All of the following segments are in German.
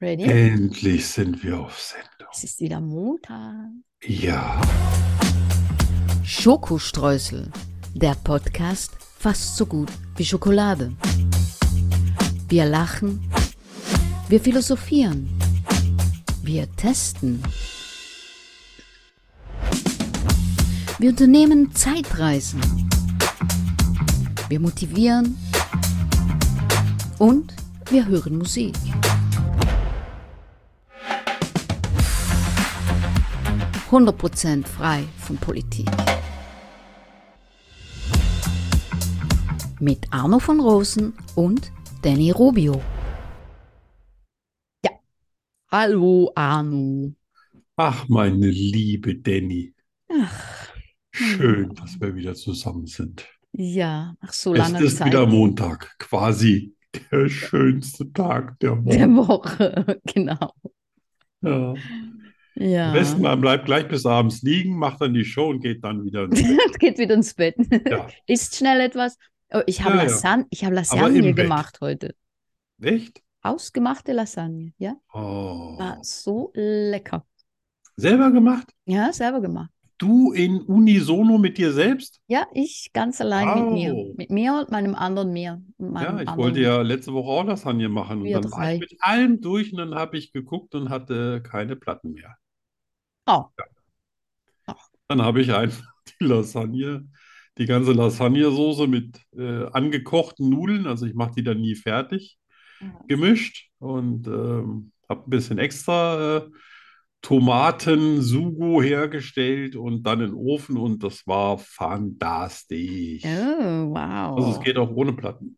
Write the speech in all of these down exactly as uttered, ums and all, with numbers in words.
Ready? Endlich sind wir auf Sendung. Es ist wieder Montag. Ja, Schokostreusel, der Podcast fast so gut wie Schokolade. Wir lachen, wir philosophieren, wir testen. Wir unternehmen Zeitreisen. Wir motivieren und wir hören Musik. hundert Prozent frei von Politik. Mit Arno von Rosen und Danny Rubio. Ja. Hallo, Arno. ach, meine liebe Danny, Ach, schön, dass wir wieder zusammen sind. ja, nach so Es langer ist Zeit wieder Montag, quasi der schönste Tag der der Woche. Woche. Genau. Ja. Am Ja. besten, man bleibt gleich bis abends liegen, macht dann die Show und geht dann wieder ins Bett. Jetzt geht wieder ins Bett. Ja, Isst schnell etwas. Oh, ich habe ja, ja. Lasagne, ich habe Aber im Lasagne Bett. gemacht heute. Echt? Ausgemachte Lasagne, ja. Oh. War so lecker. Selber gemacht? Ja, selber gemacht. Du in Unisono mit dir selbst? Ja, ich ganz allein mit mir. Wow. Mit mir und meinem anderen mir. Und meinem Ja, ich anderen wollte ja letzte Woche auch Lasagne machen und Wir dann war ich drei. mit allem durch und dann habe ich geguckt und hatte keine Platten mehr. Oh. Oh. Dann habe ich einfach die Lasagne, die ganze Lasagnesoße mit äh, angekochten Nudeln, also ich mache die dann nie fertig, gemischt und ähm, habe ein bisschen extra äh, Tomaten-Sugo hergestellt und dann in den Ofen und das war fantastisch. Oh, Also es wow. geht auch ohne Platten.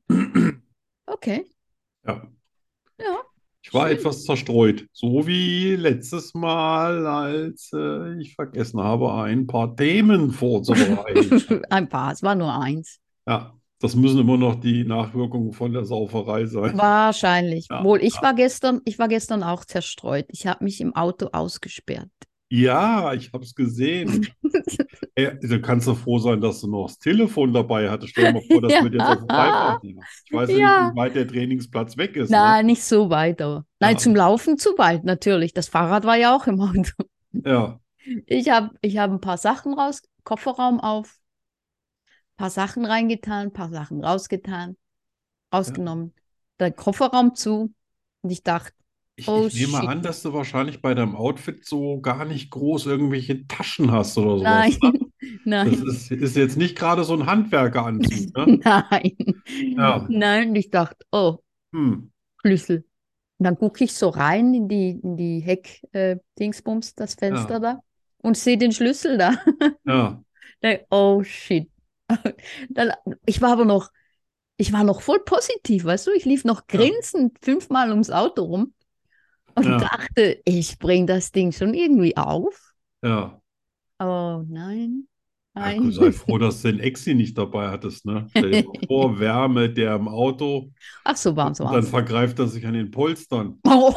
Okay. Ja. Ja, Ich war schön. etwas zerstreut, so wie letztes Mal, als äh, ich vergessen habe, ein paar Themen vorzubereiten. Ein paar, es war nur eins. Ja, das müssen immer noch die Nachwirkungen von der Sauferei sein. Wahrscheinlich. Ja, Wohl, ich ja. war gestern, ich war gestern auch zerstreut. Ich habe mich im Auto ausgesperrt. Ja, ich habe es gesehen. Ey, du kannst doch froh sein, dass du noch das Telefon dabei hattest. Stell dir mal vor, das wird jetzt auf dem Ja, Beifahrersitz. Ich weiß ja nicht, ja. wie weit der Trainingsplatz weg ist, ne? Nein, nicht so weit, aber. Nein, Ja, zum Laufen zu weit, natürlich. Das Fahrrad war ja auch im Auto. ja, Ich habe ich hab ein paar Sachen raus, Kofferraum auf, ein paar Sachen reingetan, ein paar Sachen rausgetan, ja. rausgenommen, der Kofferraum zu und ich dachte, Ich, oh ich nehme shit, an, dass du wahrscheinlich bei deinem Outfit so gar nicht groß irgendwelche Taschen hast oder sowas, nein, ne? Das nein, ist, ist jetzt nicht gerade so ein Handwerkeranzug, ne? nein, Ja. nein, und ich dachte, oh, Hm. Schlüssel. Und dann gucke ich so rein in die, in die Heck-Dingsbums, das Fenster Ja. da und sehe den Schlüssel da. Ja. Denk, oh shit. Dann, ich war aber noch, ich war noch voll positiv, weißt du? Ich lief noch Ja. grinsend fünfmal ums Auto rum und Ja. dachte, ich bringe das Ding schon irgendwie auf. Ja. Oh nein, Ja, gut, nein. sei froh, dass du den Exi nicht dabei hattest, ne? Stell dir mal vor, Wärme, der im Auto Ach, so war's, und dann war's. vergreift er sich an den Polstern. Oh.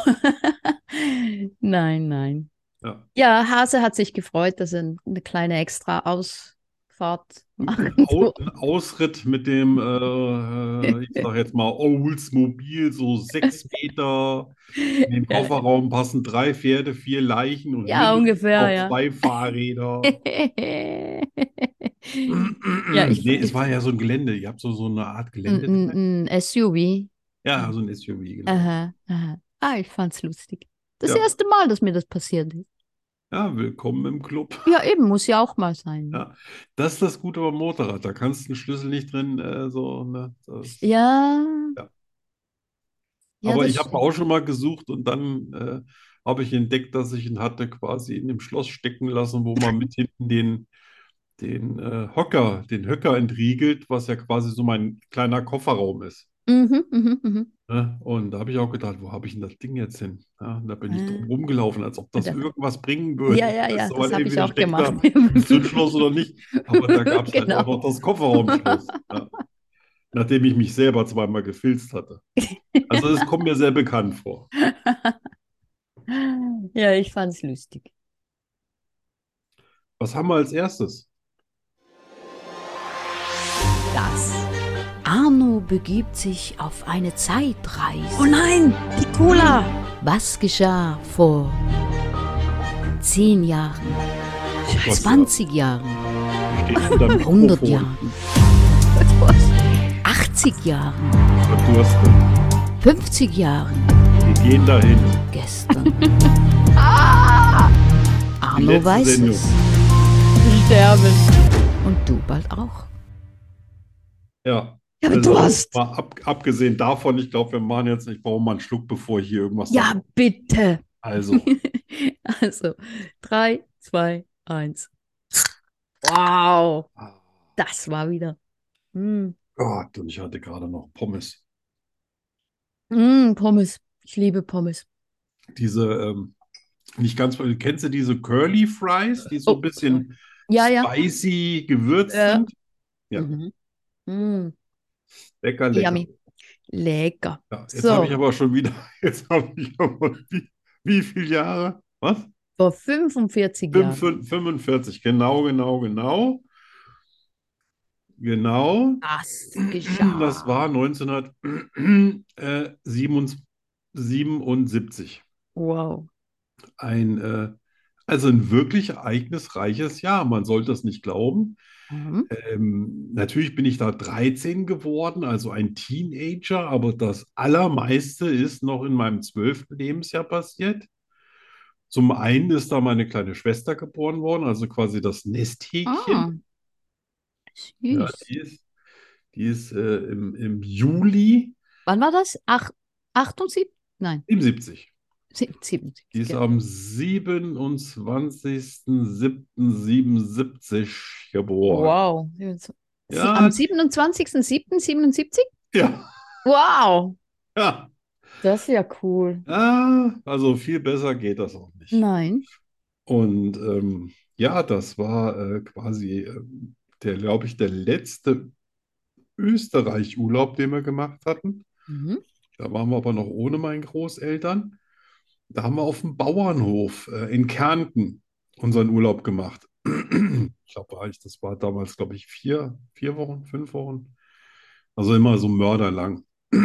Nein, nein. Ja. Ja, Hase hat sich gefreut, dass er eine kleine extra Ausfahrt machen Ein, Au durfte. ein Ausritt mit dem, äh, ich sag jetzt mal, Oldsmobil, so sechs Meter. In den Ja, Kofferraum passen drei Pferde, vier Leichen und ja, mindestens ungefähr, noch ja. zwei Fahrräder. Ja, ich, Nee, es ich war ja so ein Gelände. Ihr habt so, so eine Art ein, Gelände da. ein, ein S U V. Ja, so ein S U V, genau. Aha, aha. Ah, ich fand's lustig. Das Ja, erste Mal, dass mir das passiert ist. ja, willkommen im Club. Ja, eben, muss ja auch mal sein. Ja, das ist das Gute beim Motorrad. Da kannst du den Schlüssel nicht drin, äh, so, ne? Das, Ja, ja. ja, Aber das ich habe stimmt. auch schon mal gesucht und dann äh, habe ich entdeckt, dass ich ihn hatte quasi in dem Schloss stecken lassen, wo man mit hinten den, den äh, Hocker, den Höcker entriegelt, was ja quasi so mein kleiner Kofferraum ist. Mhm, mhm, mhm. Ne? Und da habe ich auch gedacht, wo habe ich denn das Ding jetzt hin? Ja, und da bin ich drum Ah, rumgelaufen, als ob und das da, irgendwas bringen würde. ja, Ich ja, ja, wusste, das weil habe ich entweder auch steckt gemacht. da ein Zündschloss oder nicht. Aber da gab es halt auch noch Genau. das Kofferraumschloss. Ja, nachdem ich mich selber zweimal gefilzt hatte. Also es kommt mir sehr bekannt vor. Ja, ich fand's lustig. Was haben wir als erstes? Das. Arno begibt sich auf eine Zeitreise. Oh nein, die Cola. Was geschah vor zehn Jahren, Gott, zwanzig Jahren, steht hinterm hundert Mikrofon. Jahren, achtzig Jahren, Verdurstet. fünfzig Jahren, Wir gehen dahin. gestern? Die Arno letzte weiß Sendung. es. Sterben. Und du bald auch. Ja. Ja, aber Also, du hast. mal ab, abgesehen davon, ich glaube, wir machen jetzt, ich brauche mal einen Schluck, bevor ich hier irgendwas Ja, sage. bitte. Also, Also, drei, zwei, eins. Wow, ah, das war wieder. Mm. Gott, und ich hatte gerade noch Pommes. Mm, Pommes. Ich liebe Pommes. Diese, ähm, nicht ganz, kennst du diese Curly Fries, die so ein Oh, bisschen ja, ja. spicy gewürzt Ja. sind? Ja, Mhm. Mm, lecker, lecker. yummy. Lecker. Ja, jetzt habe ich So, aber schon wieder, jetzt habe ich aber wie, wie viele Jahre? Was? vor fünfundvierzig Jahren. Fünf- fünfundvierzig, genau, genau, genau. Genau. Das Das geschah. war neunzehnhundertsiebenundsiebzig. Wow. Ein, äh, also ein wirklich ereignisreiches Jahr. Man sollte es nicht glauben. Mhm. Ähm, natürlich bin ich da dreizehn geworden, also ein Teenager, aber das Allermeiste ist noch in meinem zwölften Lebensjahr passiert. Zum einen ist da meine kleine Schwester geboren worden, also quasi das Nesthäkchen. Ah, Ja, süß. die ist, die ist äh, im, im Juli Wann war das? Ach, achtundsiebzig? Nein, siebenundsiebzig. siebenundsiebzig. Die ist Genau. am siebenundzwanzigsten siebten siebenundsiebzig geboren. Wow. Sie- Ja, Am siebenundzwanzigsten siebten siebenundsiebzig? ja, Wow. ja. Das ist ja cool. Ah, also viel besser geht das auch nicht. Nein. Und ähm, ja, das war äh, quasi ähm, der, glaube ich, der letzte Österreich-Urlaub, den wir gemacht hatten. Mhm. Da waren wir aber noch ohne meine Großeltern. Da haben wir auf dem Bauernhof äh, in Kärnten unseren Urlaub gemacht. Ich glaube, war ich, das war damals, glaube ich, vier, vier Wochen, fünf Wochen. Also immer so mörderlang.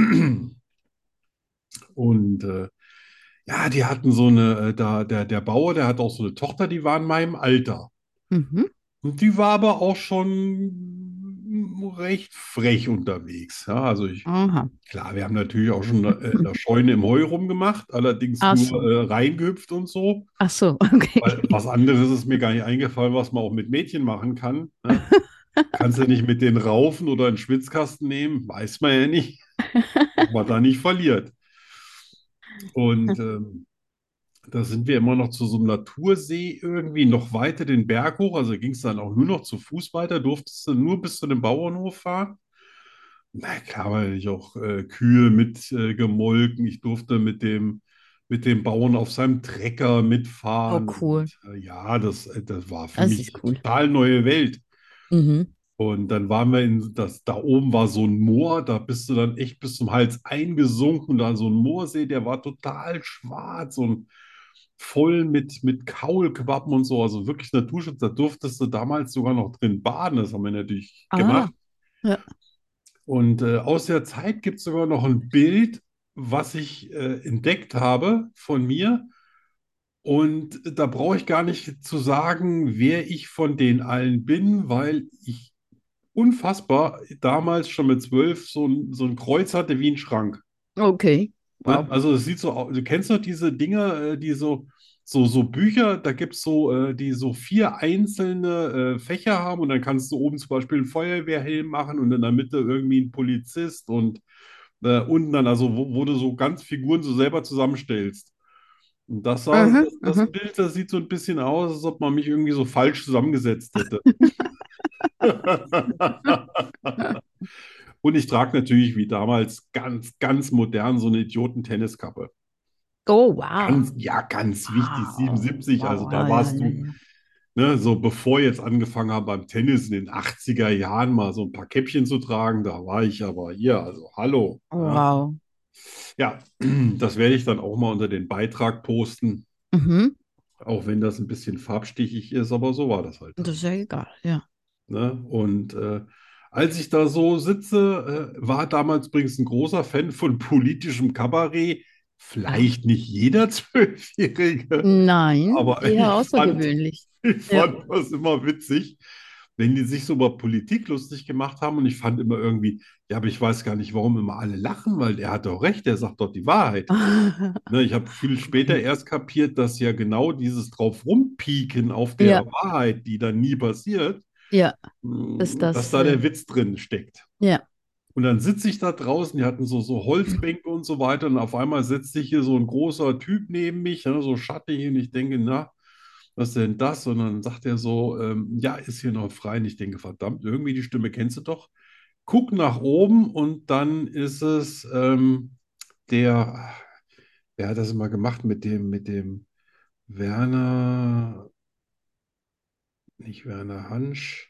Und äh, ja, die hatten so eine, äh, da, der, der Bauer, der hat auch so eine Tochter, die war in meinem Alter. Mhm. Und die war aber auch schon recht frech unterwegs. Ja, also ich, Aha. klar, wir haben natürlich auch schon äh, in der Scheune im Heu rumgemacht, allerdings Ach nur so. äh, reingehüpft und so. Ach so, okay. Weil was anderes ist mir gar nicht eingefallen, was man auch mit Mädchen machen kann. Ne? Kannst du nicht mit denen raufen oder einen Schwitzkasten nehmen? Weiß man ja nicht, ob man da nicht verliert. Und ähm, da sind wir immer noch zu so einem Natursee irgendwie noch weiter den Berg hoch. Also ging es dann auch nur noch zu Fuß weiter, durftest du nur bis zu dem Bauernhof fahren. Na klar, weil ich auch äh, Kühe mit äh, gemolken. Ich durfte mit dem, mit dem Bauern auf seinem Trecker Oh, mitfahren. cool. Und äh, ja, das, äh, das war für Das mich ist cool. total neue Welt. Mhm. Und dann waren wir in das, da oben war so ein Moor, da bist du dann echt bis zum Hals eingesunken. Da so ein Moorsee, der war total schwarz und voll mit, mit Kaulquappen und so. Also wirklich Naturschutz. Da durftest du damals sogar noch drin baden. Das haben wir natürlich Ah, gemacht. ja. Und äh, aus der Zeit gibt es sogar noch ein Bild, was ich äh, entdeckt habe von mir. Und da brauche ich gar nicht zu sagen, wer ich von den allen bin, weil ich unfassbar damals schon mit zwölf so ein, so ein Kreuz hatte wie ein Schrank. Okay. Ne? Wow. Also es sieht so aus, du kennst doch diese Dinger, äh, die so, so, so Bücher, da gibt es so, äh, die so vier einzelne äh, Fächer haben und dann kannst du oben zum Beispiel einen Feuerwehrhelm machen und in der Mitte irgendwie einen Polizist und äh, unten dann, also wo, wo du so ganz Figuren so selber zusammenstellst. Und das, sah, Mhm, das, das mhm. Bild, das sieht so ein bisschen aus, als ob man mich irgendwie so falsch zusammengesetzt hätte. Und ich trage natürlich wie damals ganz, ganz modern so eine Idioten-Tenniskappe. Oh, wow. Ganz, ja, ganz wichtig, Wow. siebenundsiebzig. Also Wow, da ja, ja, warst ja, du, ja. ne, so bevor ich jetzt angefangen habe beim Tennis in den achtziger Jahren mal so ein paar Käppchen zu tragen, da war ich aber hier, also hallo. Ja, Wow. ja, das werde ich dann auch mal unter den Beitrag posten, Mhm. auch wenn das ein bisschen farbstichig ist, aber so war das halt Das dann. ist ja egal, ja. Ne? Und äh, als ich da so sitze, äh, war damals übrigens ein großer Fan von politischem Kabarett, vielleicht nicht jeder Zwölfjährige, Nein, aber eher ich fand, außergewöhnlich. ich Ja. fand das immer witzig, wenn die sich so über Politik lustig gemacht haben. Und ich fand immer irgendwie, ja, aber ich weiß gar nicht, warum immer alle lachen, weil der hat doch recht, der sagt doch die Wahrheit. Ne, ich habe viel später erst kapiert, dass ja genau dieses drauf rumpieken auf der Ja, Wahrheit, die dann nie passiert, ja, dass mh, dass das, da äh, der Witz drin steckt. ja. Und dann sitze ich da draußen, die hatten so, so Holzbänke und so weiter, und auf einmal setzt sich hier so ein großer Typ neben mich, ne, so schattig, und ich denke, na, was ist denn das? Und dann sagt er so, ähm, ja, ist hier noch frei. Und ich denke, verdammt, irgendwie die Stimme kennst du doch. Guck nach oben und dann ist es ähm, der, wer hat das immer gemacht mit dem, mit dem Werner, nicht Werner Hansch,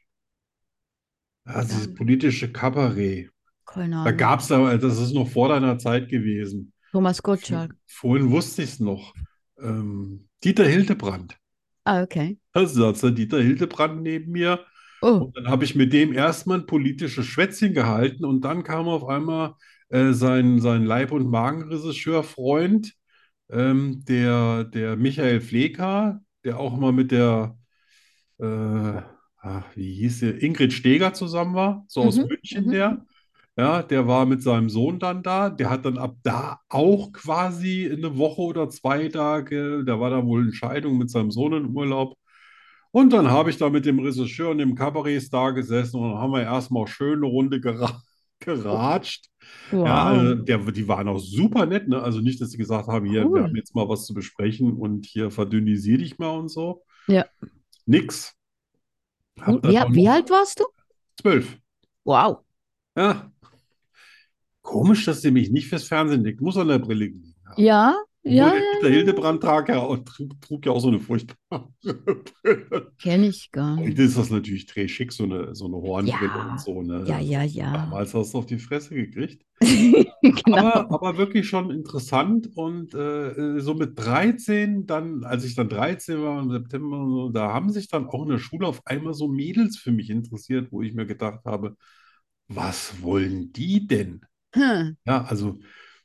ja, dieses Dann, politische Kabarett. keine Da Ahnung. gab es aber, das ist noch vor deiner Zeit gewesen. Thomas V- Gottschalk. Vorhin wusste ich es noch. Ähm, Dieter Hildebrand. Ah, okay. Da saß der Dieter Hildebrand neben mir. Oh. Und dann habe ich mit dem erstmal ein politisches Schwätzchen gehalten, und dann kam auf einmal äh, sein, sein Leib- und Magenregisseur-Freund, ähm, der, der Michael Fleka, der auch immer mit der, äh, ach, wie hieß der, Ingrid Steeger zusammen war, so aus Mhm, München mhm. der. Ja, der war mit seinem Sohn dann da. Der hat dann ab da auch quasi eine Woche oder zwei Tage, der war da wohl in Scheidung mit seinem Sohn in Urlaub. Und dann habe ich da mit dem Regisseur und dem Kabarettstar gesessen, und dann haben wir erstmal schön eine Runde gera geratscht. Ja, also Wow, der, die waren auch super nett, ne? Also nicht, dass sie gesagt haben, hier, wir haben cool. jetzt mal was zu besprechen und hier verdünnisier dich mal und so. Ja, Nix. cool. Hab dann Wie, auch wie noch alt warst du? zwölf. Wow. Ja, komisch, dass sie mich nicht fürs Fernsehen legt. Muss an der Brille gelegen haben. Ja, Obwohl ja, der ja, Dieter Hildebrand trag ja, auch- trug, trug ja auch so eine furchtbare Brille. kenne ich gar Heute nicht. ist das natürlich drehschick, so eine, so eine Hornbrille und Ja, so, ne? ja, Also ja, ja. damals hast du auf die Fresse gekriegt. Aber, Genau. aber wirklich schon interessant, und äh, so mit dreizehn, dann, als ich dann dreizehn war im September, und so, da haben sich dann auch in der Schule auf einmal so Mädels für mich interessiert, wo ich mir gedacht habe, was wollen die denn? Hm. Ja, also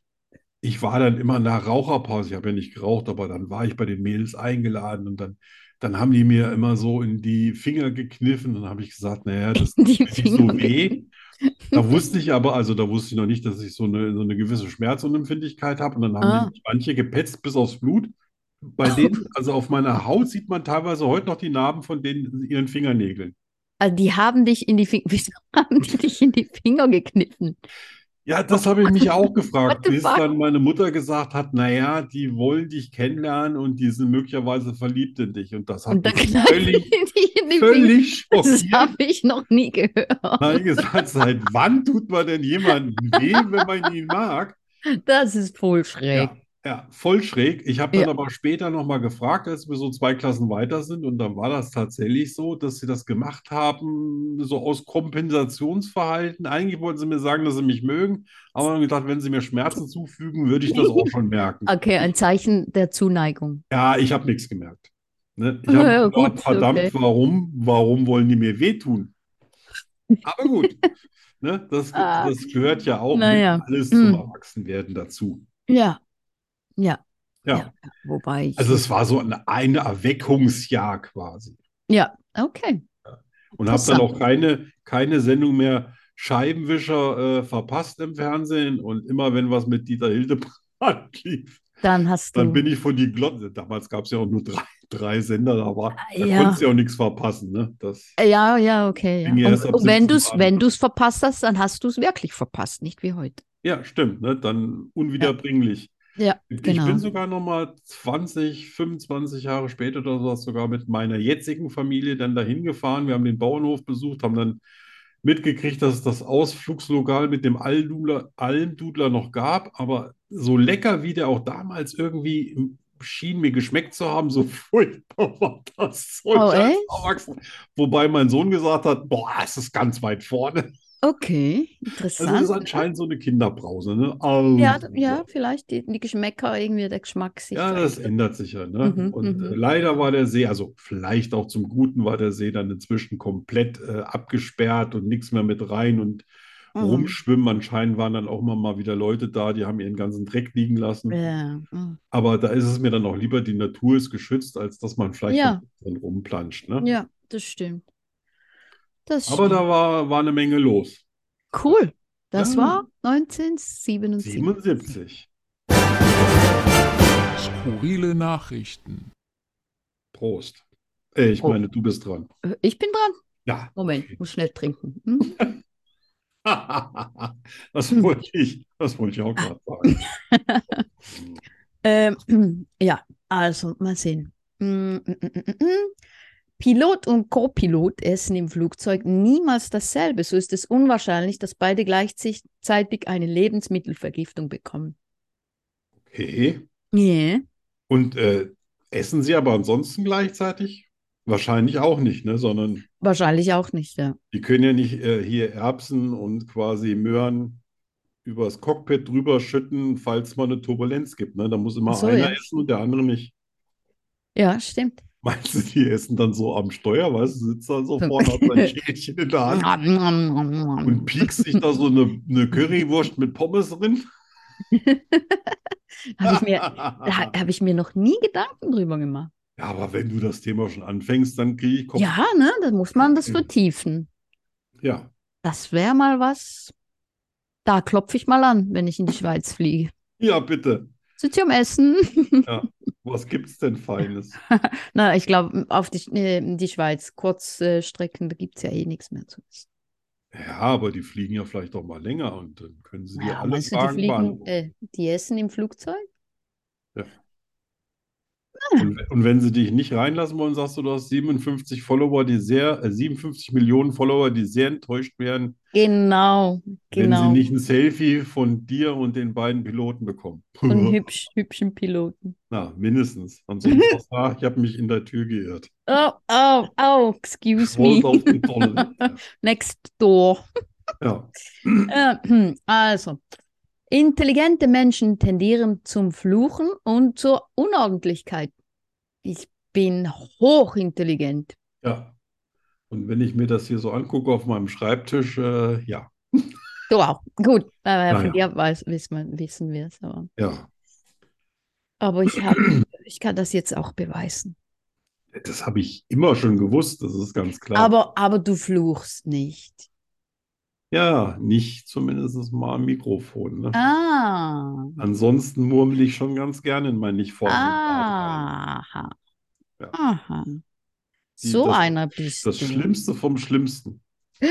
ich war dann immer nach Raucherpause, ich habe ja nicht geraucht, aber dann war ich bei den Mädels eingeladen, und dann, dann haben die mir immer so in die Finger gekniffen, und dann habe ich gesagt, naja, das tut Die mir nicht so Finger weh. geknickt. Da wusste ich aber, also da wusste ich noch nicht, dass ich so eine, so eine gewisse Schmerzunempfindlichkeit habe. Und dann haben die Ah. mich manche gepetzt bis aufs Blut. Bei denen, also auf meiner Haut sieht man teilweise heute noch die Narben von den ihren Fingernägeln. Also die haben dich in die Finger, wieso haben die dich in die Finger gekniffen? Ja, das habe ich mich auch What gefragt, the bis fuck? dann meine Mutter gesagt hat, naja, die wollen dich kennenlernen und die sind möglicherweise verliebt in dich. Und das hat Und dann mich knallen völlig, die dich in die Finger. völlig Das schockiert. habe ich noch nie Da habe ich gehört. gesagt, seit wann tut man denn jemandem weh, wenn man ihn mag? Das ist voll Ja, schräg. ja, voll schräg. Ich habe dann Ja. aber später nochmal gefragt, als wir so zwei Klassen weiter sind, und dann war das tatsächlich so, dass sie das gemacht haben, so aus Kompensationsverhalten. Eigentlich wollten sie mir sagen, dass sie mich mögen, aber dann gedacht, wenn sie mir Schmerzen zufügen, würde ich das auch schon merken. Okay, ein Zeichen der Zuneigung. Ja, ich habe nichts gemerkt. Ne? Ich habe Ja, gedacht, gut, okay. verdammt, warum, warum wollen die mir wehtun? Aber gut, ne? Das, Ah, das gehört ja auch mit naja. alles zum Hm. Erwachsenwerden dazu. Ja, ja, ja. Ja. Ja. Wobei ich Also es jetzt. war so eine, ein Erweckungsjahr quasi. Ja, okay. Und habe dann Interessant. auch keine, keine Sendung mehr Scheibenwischer äh, verpasst im Fernsehen. Und immer wenn was mit Dieter Hildebrand lief, Dann hast dann du. bin ich vor die Glotze. Damals gab es ja auch nur drei, drei Sender, da war, da konntest Ja, du ja auch nichts verpassen. Ne? Das ja, ja, okay, fing ja. ja Und, erst ab und wenn du siebzehn es, Uhr wenn an. du es verpasst hast, dann hast du es wirklich verpasst, nicht wie heute. Ja, stimmt, ne? Dann Ja, unwiederbringlich. ja, Ich bin genau. sogar noch mal zwanzig, fünfundzwanzig Jahre später oder sowas sogar mit meiner jetzigen Familie dann dahin gefahren. Wir haben den Bauernhof besucht, haben dann mitgekriegt, dass es das Ausflugslokal mit dem Almdudler, Almdudler noch gab. Aber so lecker, wie der auch damals irgendwie schien mir geschmeckt zu haben, so furchtbar war das Zeug Oh, als echt? Erwachsener. Wobei mein Sohn gesagt hat, boah, es ist ganz weit vorne. Okay, Also es ist interessant. anscheinend so eine Kinderbrause, ne? Ja, d- ja, Almdudler. vielleicht die, die Geschmäcker, irgendwie der Geschmack sich Ja, das verändert. ändert sich ja, ne? Mhm, Und äh, mhm. leider war der See, also vielleicht auch zum Guten war der See dann inzwischen komplett äh, abgesperrt und nichts mehr mit rein. Und Mhm. rumschwimmen. Anscheinend waren dann auch immer mal wieder Leute da, die haben ihren ganzen Dreck liegen lassen. Ja, mhm. Aber da ist es mir dann auch lieber, die Natur ist geschützt, als dass man vielleicht noch Ja, drin rumplanscht, ne? ja, das stimmt. Das Aber da stimmt. war, war eine Menge los. Cool. Das Ja, war neunzehnhundertsiebenundsiebzig. siebenundsiebzig. Skurrile Nachrichten. Prost. Äh, ich Oh, meine, du bist dran. äh, ich bin dran. Ja. Moment, muss schnell trinken. Hm? Das wollte ich, das wollte ich auch gerade sagen. Ähm, ja, also mal sehen. Mm, mm, mm, mm, mm. Pilot und Co-Pilot essen im Flugzeug niemals dasselbe. So ist es unwahrscheinlich, dass beide gleichzeitig eine Lebensmittelvergiftung bekommen. Okay. Ja, Und äh, essen sie aber ansonsten gleichzeitig? Wahrscheinlich auch nicht, ne? Sondern wahrscheinlich auch nicht, ja. die können ja nicht äh, hier Erbsen und quasi Möhren übers Cockpit drüber schütten, falls mal eine Turbulenz gibt, ne? Da muss Ach immer so, einer ja. essen und der andere nicht. Ja, stimmt. Meinst du, die essen dann so am Steuer, weißt du, sitzt da so vorne, hat sein Schälchen in der Hand und piekst sich da so eine, eine Currywurst mit Pommes drin? Habe ich mir, da habe ich mir noch nie Gedanken drüber gemacht. Ja, aber wenn du das Thema schon anfängst, dann kriege ich Kopf. Ja, ne, da muss man das vertiefen. Ja, Das wäre mal was. Da klopfe ich mal an, wenn ich in die Schweiz fliege. ja, bitte. Sind Sie am Essen? Ja. Was gibt's denn Feines? Na, ich glaube, auf die, äh, die Schweiz, Kurzstrecken, da gibt es ja eh nichts mehr zu essen. Ja, aber die fliegen ja vielleicht auch mal länger und dann können sie dir Ja, alle meinst du, die Fragen fliegen, beantworten. äh, die essen im Flugzeug? Ja. Und, und wenn sie dich nicht reinlassen wollen, sagst du, du hast siebenundfünfzig Follower, die sehr, äh, siebenundfünfzig Millionen Follower, die sehr enttäuscht wären, Genau, wenn sie genau. nicht ein Selfie von dir und den beiden Piloten bekommen. So einen hübsch, hübschen Piloten. Na, mindestens. Ansonsten sagst du, ah, ich habe mich in der Tür geirrt. Oh, oh, oh, excuse Scrollt me. auf die Toilette. Next door. Ja. Äh, also, intelligente Menschen tendieren zum Fluchen und zur Unordentlichkeit. Ich bin hochintelligent. Ja. Und wenn ich mir das hier so angucke auf meinem Schreibtisch, äh, ja. Du auch. Gut, äh, von Naja. dir weiß, wissen wir, wissen wir es. Aber, Ja. aber ich, hab, ich kann das jetzt auch beweisen. Das habe ich immer schon gewusst, das ist ganz klar. Aber, aber du fluchst nicht. Ja, nicht zumindest mal am Mikrofon, ne? Ah. Ansonsten murmel ich schon ganz gerne in meinen nicht vorhandenen Bart rein. Aha. Ja. Aha. Die, So das, einer bist das du. Schlimmste vom Schlimmsten.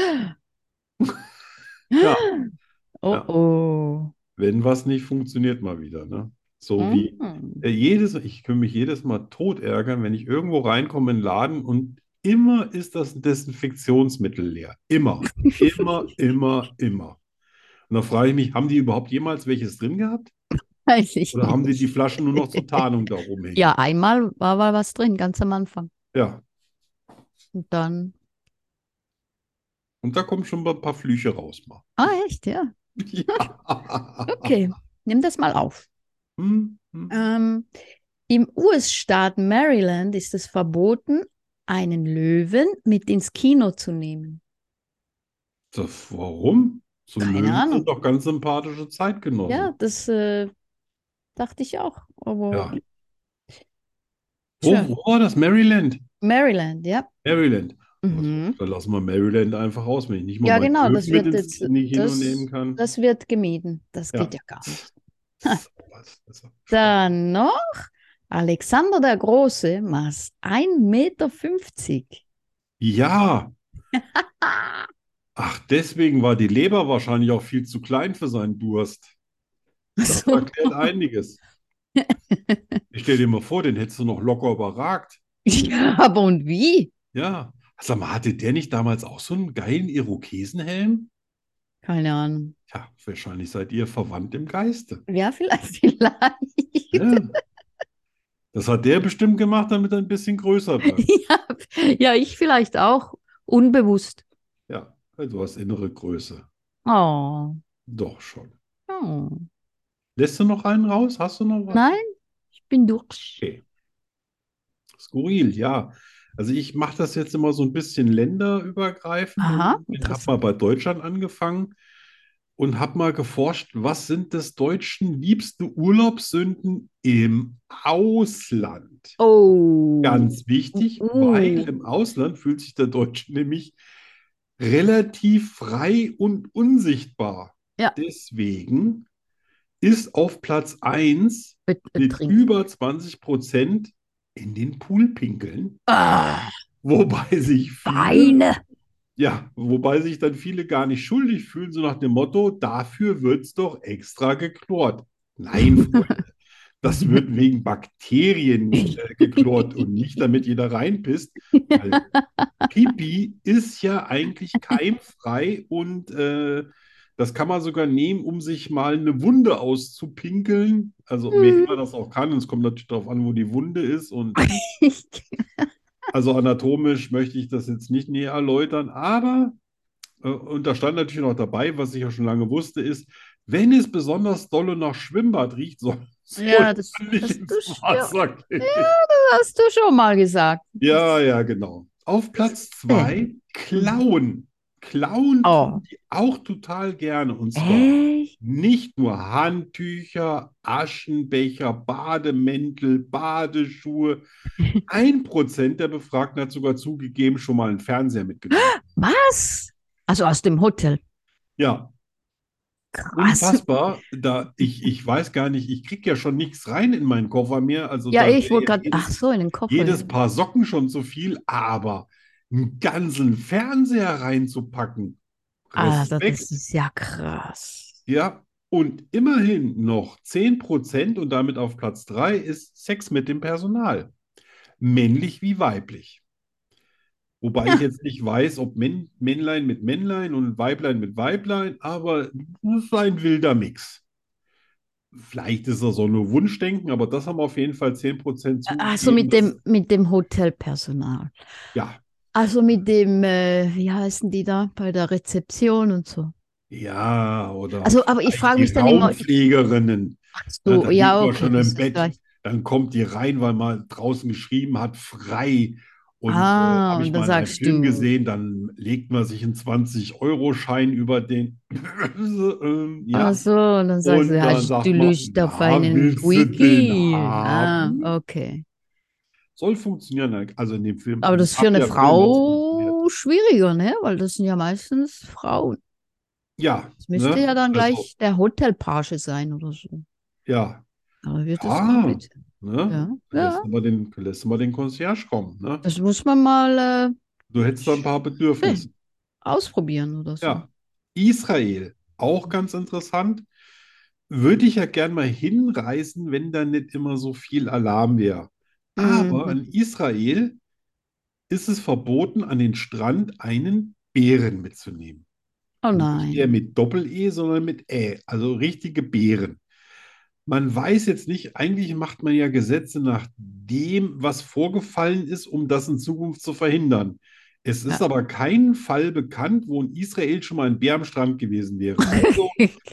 Ja, Oh ja. oh. Wenn was nicht funktioniert, mal wieder, ne? So wie Mhm. äh, jedes, ich kann mich jedes Mal tot ärgern, wenn ich irgendwo reinkomme in den Laden und immer ist das Desinfektionsmittel leer. Immer, immer, immer, immer. Und da frage ich mich, haben die überhaupt jemals welches drin gehabt? Weiß ich Oder haben die nicht. die Flaschen nur noch zur Tarnung da rumhängen? Ja, einmal war mal was drin, ganz am Anfang. Ja. Und dann. Und da kommen schon mal ein paar Flüche raus, mal. Ah, echt, ja. Ja. Okay, nimm das mal auf. Hm, hm. Ähm, im U S-Staat Maryland ist es verboten, einen Löwen mit ins Kino zu nehmen. Das, warum? So Keine Löwen Ahnung. sind doch ganz sympathische Zeitgenossen. Ja, das äh, dachte ich auch. Aber Ja. Wo, tja, wo war das? Maryland? Maryland, ja. Maryland. Mhm. Da lassen wir Maryland einfach raus, wenn ich nicht mal Ja, meinen genau, das Löwen mit wird ins jetzt, in die Kino das, nehmen kann. das wird gemieden. Das Ja. geht ja gar nicht. Das ist spannend. Dann noch Alexander der Große maß ein Meter fünfzig. Ja. Ach, deswegen war die Leber wahrscheinlich auch viel zu klein für seinen Durst. Das So. erklärt einiges. Ich stell dir mal vor, den hättest du noch locker überragt. Ja, aber und wie? Ja. Sag mal, hatte der nicht damals auch so einen geilen Irokesenhelm? Keine Ahnung. Ja, wahrscheinlich seid ihr verwandt im Geiste. Ja, vielleicht, vielleicht. Ja. Das hat der bestimmt gemacht, damit er ein bisschen größer bleibt. Ja, ja, ich vielleicht auch. Unbewusst. Ja, du hast innere Größe. Oh. Doch schon. Oh. Lässt du noch einen raus? Hast du noch was? Nein, ich bin durch. Okay. Skurril, ja. Also ich mache das jetzt immer so ein bisschen länderübergreifend Aha, und habe interessant. mal bei Deutschland angefangen. und habe mal geforscht, was sind des Deutschen liebste Urlaubssünden im Ausland? Oh. Ganz wichtig, weil Uh. im Ausland fühlt sich der Deutsche nämlich relativ frei und unsichtbar. Ja, Deswegen ist auf Platz eins bet- mit trinken. über zwanzig Prozent in den Pool pinkeln, Ah, wobei sich viele, Beine. ja, wobei sich dann viele gar nicht schuldig fühlen, so nach dem Motto, dafür wird es doch extra geklort. Nein, Freunde, das wird wegen Bakterien äh, geklort und nicht, damit jeder reinpisst, weil Pipi ist ja eigentlich keimfrei und äh, das kann man sogar nehmen, um sich mal eine Wunde auszupinkeln. Also wer immer das auch kann, es kommt natürlich darauf an, wo die Wunde ist. Und also anatomisch möchte ich das jetzt nicht näher erläutern, aber äh, und da stand natürlich noch dabei, was ich ja schon lange wusste, ist, wenn es besonders dolle nach Schwimmbad riecht, soll, Ja, soll das, man nicht das, ins das, ja, Wasser gehen. hast du schon mal gesagt. Ja, ja, genau. Auf Platz zwei, Klauen. Klauen Oh, tun die auch total gerne. Und zwar echt? nicht nur Handtücher, Aschenbecher, Bademäntel, Badeschuhe. Ein Prozent der Befragten hat sogar zugegeben, schon mal einen Fernseher mitgenommen. Was? Also aus dem Hotel. Ja, Krass. unfassbar. Da, ich, ich weiß gar nicht, ich kriege ja schon nichts rein in meinen Koffer mehr. Also Ja, da ich wäre wollte ja gerade, ach jedes, so, in den Koffer. jedes Paar Socken schon zu viel, aber einen ganzen Fernseher reinzupacken. Ah, das, das Respekt. ist ja krass. Ja, und immerhin noch zehn Prozent und damit auf Platz drei ist Sex mit dem Personal. Männlich wie weiblich. Wobei ich jetzt nicht weiß, ob Männ, Männlein mit Männlein und Weiblein mit Weiblein, aber das ist ein wilder Mix. Vielleicht ist das auch nur Wunschdenken, aber das haben auf jeden Fall zehn Prozent Also zugegeben, mit dass, dem, mit dem Hotelpersonal. ja, Also mit dem, äh, wie heißen die da, bei der Rezeption und so. ja, oder Also, aber ich vielleicht frage die mich dann immer, Raumpflegerinnen. ach Ne, so, da liegt ja, man okay, schon das im ist Bett, gleich. dann kommt die rein, weil man draußen geschrieben hat, frei. Und äh, Ah, habe ich und dann mal in einem sagst Film du, gesehen, dann legt man sich einen zwanzig-Euro-Schein über den, ähm, ach ja, so, und dann sagst und du, dann hast du sagt man, Lust auf na, einen willst du den Quickie? Ah, haben? okay. Soll funktionieren, also in dem Film, Aber in das ein ist für paar eine der Filme hat es funktioniert. Frau schwieriger, ne? Weil das sind ja meistens Frauen. Ja, Das müsste ne, ja dann also, gleich der Hotelpage sein oder so. ja, Aber wird das ja, kompliziert? ne, Ja, lässt ja. du mal den, lässt du mal den Concierge kommen, ne? Das muss man mal Du hättest da ein paar äh, Bedürfnisse. ausprobieren oder so. Ja, Israel, auch ganz interessant. Würde ich ja gern mal hinreisen, wenn da nicht immer so viel Alarm wäre. Aber Mhm. in Israel ist es verboten, an den Strand einen Bären mitzunehmen. Oh Und nicht der nein. mit Doppel-E, sondern mit Ä, also richtige Bären. Man weiß jetzt nicht, eigentlich macht man ja Gesetze nach dem, was vorgefallen ist, um das in Zukunft zu verhindern. Es ist Ja. aber kein Fall bekannt, wo in Israel schon mal ein Bär am Strand gewesen wäre. Also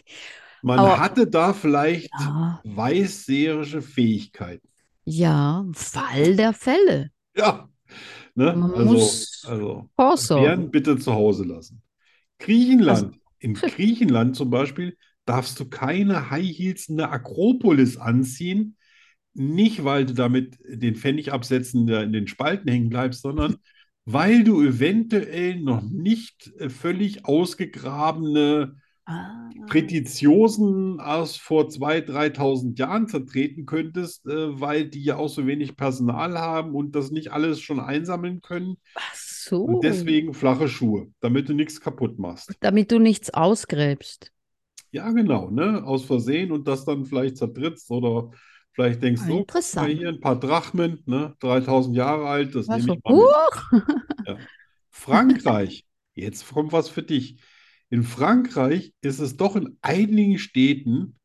man Aber hatte da vielleicht ja, weißseherische Fähigkeiten. ja, Fall der Fälle. Ja, ne? Man Also, muss also vorsorgen. Bären bitte zu Hause lassen. Also, Griechenland. In Griechenland zum Beispiel darfst du keine High Heels in der Akropolis anziehen. Nicht, weil du damit den Pfennigabsätzen da in den Spalten hängen bleibst, sondern weil du eventuell noch nicht äh, völlig ausgegrabene ah, Prätitiosen aus vor zweitausend, dreitausend Jahren zertreten könntest, äh, weil die ja auch so wenig Personal haben und das nicht alles schon einsammeln können. ach Und so, deswegen flache Schuhe, damit du nichts kaputt machst. damit du nichts ausgräbst. Ja, genau, ne? Aus Versehen und das dann vielleicht zertrittst oder vielleicht denkst Ah, du, oh, guck mal interessant. hier ein paar Drachmen, ne? dreitausend Jahre alt, das nehme Also, ich mal mit. huch. Ja. Frankreich, jetzt kommt was für dich. In Frankreich ist es doch in einigen Städten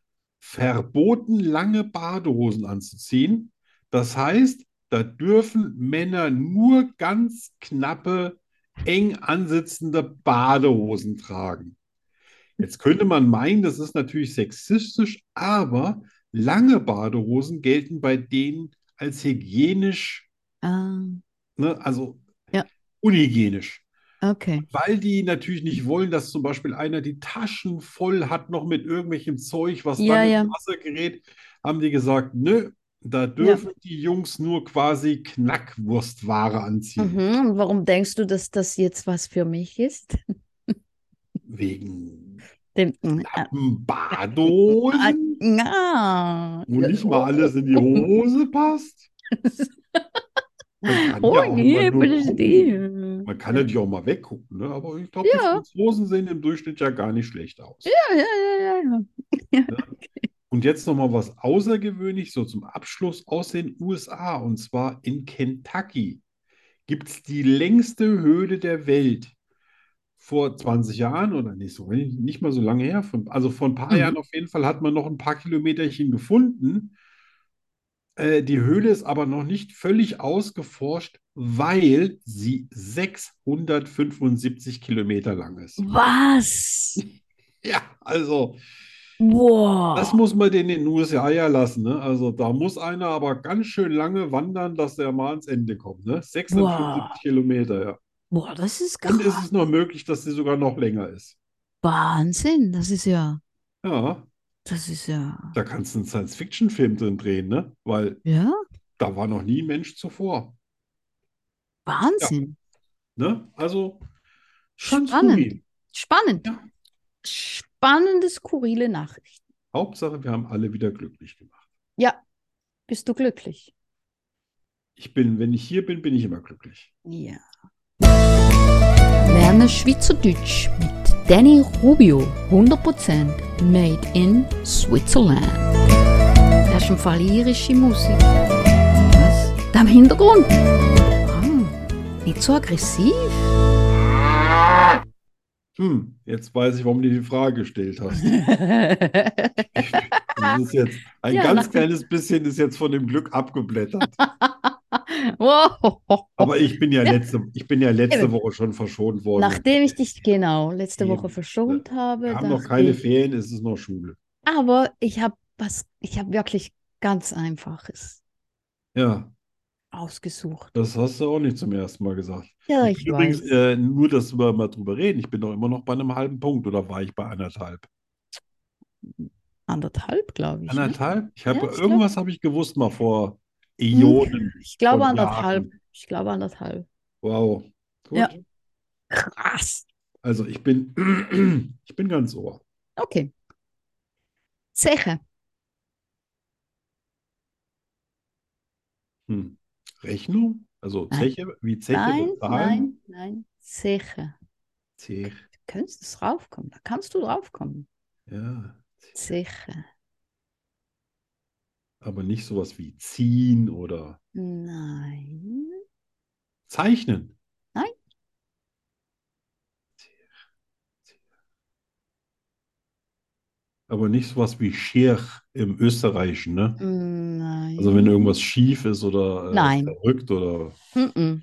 verboten, lange Badehosen anzuziehen. Das heißt, da dürfen Männer nur ganz knappe, eng ansitzende Badehosen tragen. Jetzt könnte man meinen, das ist natürlich sexistisch, aber lange Badehosen gelten bei denen als hygienisch, Ah, ne, also ja. unhygienisch. Okay. Weil die natürlich nicht wollen, dass zum Beispiel einer die Taschen voll hat noch mit irgendwelchem Zeug, was Ja, dann ins ja, Wasser gerät, haben die gesagt, nö, da ja. dürfen die Jungs nur quasi Knackwurstware anziehen. Mhm. Und warum denkst du, dass das jetzt was für mich ist? Wegen Dem, äh, knappen ah, Badehosen, ja. wo nicht mal alles in die Hose passt. Man kann Oh ja auch immer je, nur gucken. verstehe. Man kann natürlich auch mal weggucken, ne? Aber ich glaube, die Ja, Franzosen sehen im Durchschnitt ja gar nicht schlecht aus. ja, ja, ja, ja. Ja. Ne? Und jetzt noch mal was außergewöhnlich, so zum Abschluss aus den U S A. Und zwar in Kentucky gibt es die längste Höhle der Welt. Vor zwanzig Jahren oder nicht so, nicht mal so lange her, von, also vor ein paar Mhm. Jahren auf jeden Fall hat man noch ein paar Kilometerchen gefunden. Äh, die Höhle ist aber noch nicht völlig ausgeforscht, weil sie sechshundertfünfundsiebzig Kilometer lang ist. Was? Ja, also das Boah. muss man denen in den U S A ja lassen. Ne? Also da muss einer aber ganz schön lange wandern, dass der mal ans Ende kommt. Ne? Boah. sechshundertfünfundsiebzig Kilometer, ja. Boah, das ist Und ist krass. es noch möglich, dass sie sogar noch länger ist? Wahnsinn. Das ist ja, Ja, das ist ja, da kannst du einen Science-Fiction-Film drin drehen, ne? Weil ja, da war noch nie ein Mensch zuvor. Ja, Wahnsinn. ne? Also schon Spannend. skurril. Spannend. Ja. Spannende, skurrile Nachrichten. Hauptsache, wir haben alle wieder glücklich gemacht. Ja, bist du glücklich? Ich bin, wenn ich hier bin, bin ich immer glücklich. Ja. Lerne Schweizerdeutsch mit Danny Rubio. hundert Prozent made in Switzerland. Das ist im Fall irische Musik. Was? Da im Hintergrund? Ah, nicht so aggressiv. Hm, jetzt weiß ich, warum du die Frage gestellt hast. Das ist jetzt ein Ja, ganz nach dem- kleines bisschen ist jetzt von dem Glück abgeblättert. Wow. Aber ich bin ja Ja, letzte, ich bin ja letzte eben. Woche schon verschont worden. Nachdem ich dich genau letzte Woche Eben. verschont Wir habe, haben noch dachte keine ich, Ferien, es ist noch Schule. aber ich habe was, ich habe wirklich ganz Einfaches Ja, ausgesucht. das hast du auch nicht zum ersten Mal gesagt. Ja, Ich ich bin übrigens, weiß. äh, nur, dass wir mal drüber reden, ich bin doch immer noch bei einem halben Punkt oder war ich bei anderthalb? Anderthalb, glaube ich, ne? Anderthalb? Ich Ja, habe ich glaube. irgendwas habe ich gewusst mal vor Äonen Ich glaube von anderthalb. Jahren. Ich glaube anderthalb. Wow. Ja, Gut. krass. Also ich bin, ich bin ganz ohr. Okay. Zeche. Hm. Rechnung? Also Nein, Zeche, wie Zeche nein, bezahlen? nein, nein. Zeche. Zech, Du könntest draufkommen. Da kannst du draufkommen. ja. Zeche. Aber nicht sowas wie ziehen oder Nein. zeichnen. Nein. Aber nicht sowas wie schier im Österreichischen, ne? Also wenn Nein. irgendwas schief ist oder äh, Nein. verrückt oder Mm-mm.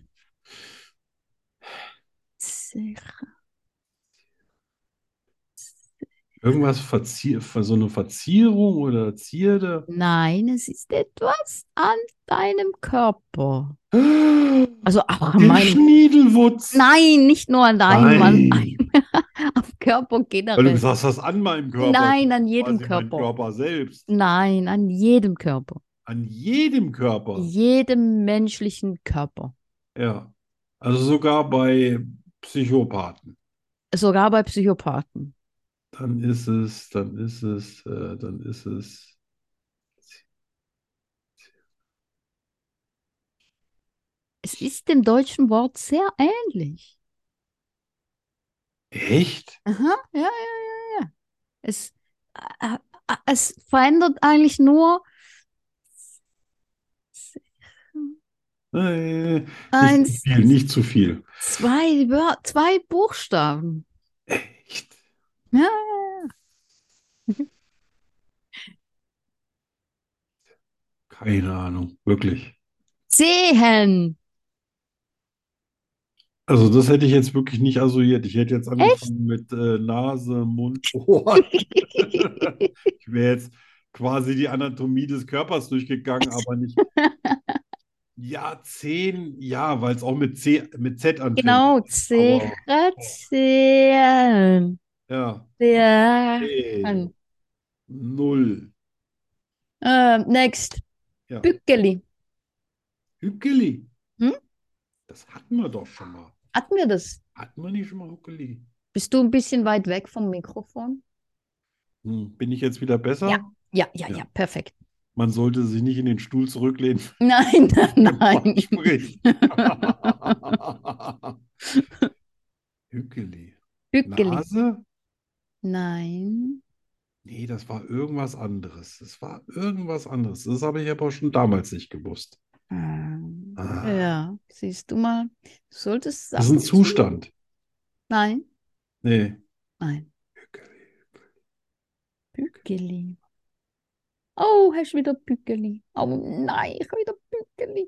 Zeche. irgendwas verzier so eine Verzierung oder Zierde. Nein, es ist etwas an deinem Körper. Also auch an Der meinem. Schniedelwutz. Nein, nicht nur an deinem, an Nein. am Körper Weil du generell. gesagt hast, an meinem Körper. Nein, an jedem Quasi mein Körper. Körper selbst. Nein, an jedem Körper. An jedem Körper. Jedem menschlichen Körper. Ja. Also sogar bei Psychopathen. Sogar bei Psychopathen. Dann ist es, dann ist es, äh, dann ist es. Es ist dem deutschen Wort sehr ähnlich. Echt? Aha, ja, ja, ja, ja. Es, äh, äh, es verändert eigentlich nur Äh, nicht zu eins, viel, nicht zu viel. zwei, Wör- zwei Buchstaben. Echt? Ja, ja, ja. Keine Ahnung, wirklich. Zehen. Also das hätte ich jetzt wirklich nicht assoziiert. Ich hätte jetzt Echt? angefangen mit äh, Nase, Mund, Ohren. Ich wäre jetzt quasi die Anatomie des Körpers durchgegangen, aber nicht Ja, zehn, ja, weil es auch mit C, mit Z anfängt. Genau, Aber Zehn. ja, Zehn. zehn, null. Äh, next. Ja, Bückeli. Hückeli. Hm? Das hatten wir doch schon mal. Hatten wir das? Hatten wir nicht schon mal Hückeli? Bist du ein bisschen weit weg vom Mikrofon? Hm, bin ich jetzt wieder Ja, besser? ja, ja, Ja. ja, perfekt. Man sollte sich nicht in den Stuhl zurücklehnen, Nein, wenn man nein. spricht. Hückeli. Bückeli. Nase? Nein. Nee, das war irgendwas anderes. Das war irgendwas anderes. Das habe ich aber schon damals nicht gewusst. Ähm, Ah, Ja, siehst du mal. Du solltest das ab ist ein und zu. Zustand. Nein, Nee. nein. Hückeli. Bückeli. Oh, hast wieder Bückeli. Oh nein, ich habe wieder Bückeli.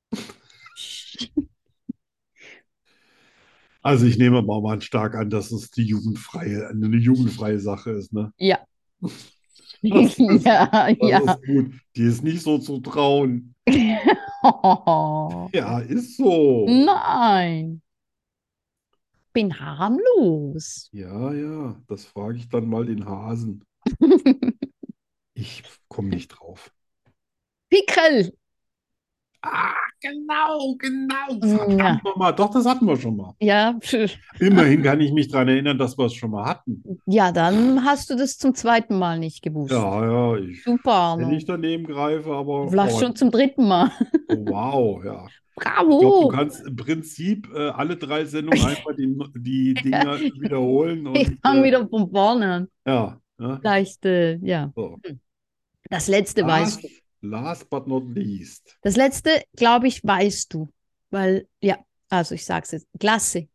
Also ich nehme mal, mal stark an, dass es die jugendfreie, eine jugendfreie Sache ist, ne? Ja. Das ist, Ja, das ja. ist gut. Die ist nicht so zu trauen. Oh, Ja, ist so. nein, bin harmlos. Ja, ja, das frage ich dann mal den Hasen. Ich komme nicht drauf. Pickel. Ah, genau, genau. Ja, Verdammt nochmal. Doch, das hatten wir schon mal. ja, pf. Immerhin kann ich mich daran erinnern, dass wir es schon mal hatten. Ja, dann hast du das zum zweiten Mal nicht gewusst. Ja, ja, ich, Super, wenn Arno. ich daneben greife, aber Vielleicht oh, schon zum dritten Mal. oh, wow, ja. Ich glaube, Bravo. du kannst im Prinzip äh, alle drei Sendungen einfach die, die Dinger wiederholen Ich und fange äh, wieder von vorne an. ja, ne? Vielleicht, äh, ja. So. Das letzte weißt Last, du. last but not least. Das letzte, glaube ich, weißt du. Weil, ja, also ich sag's jetzt. Glasse.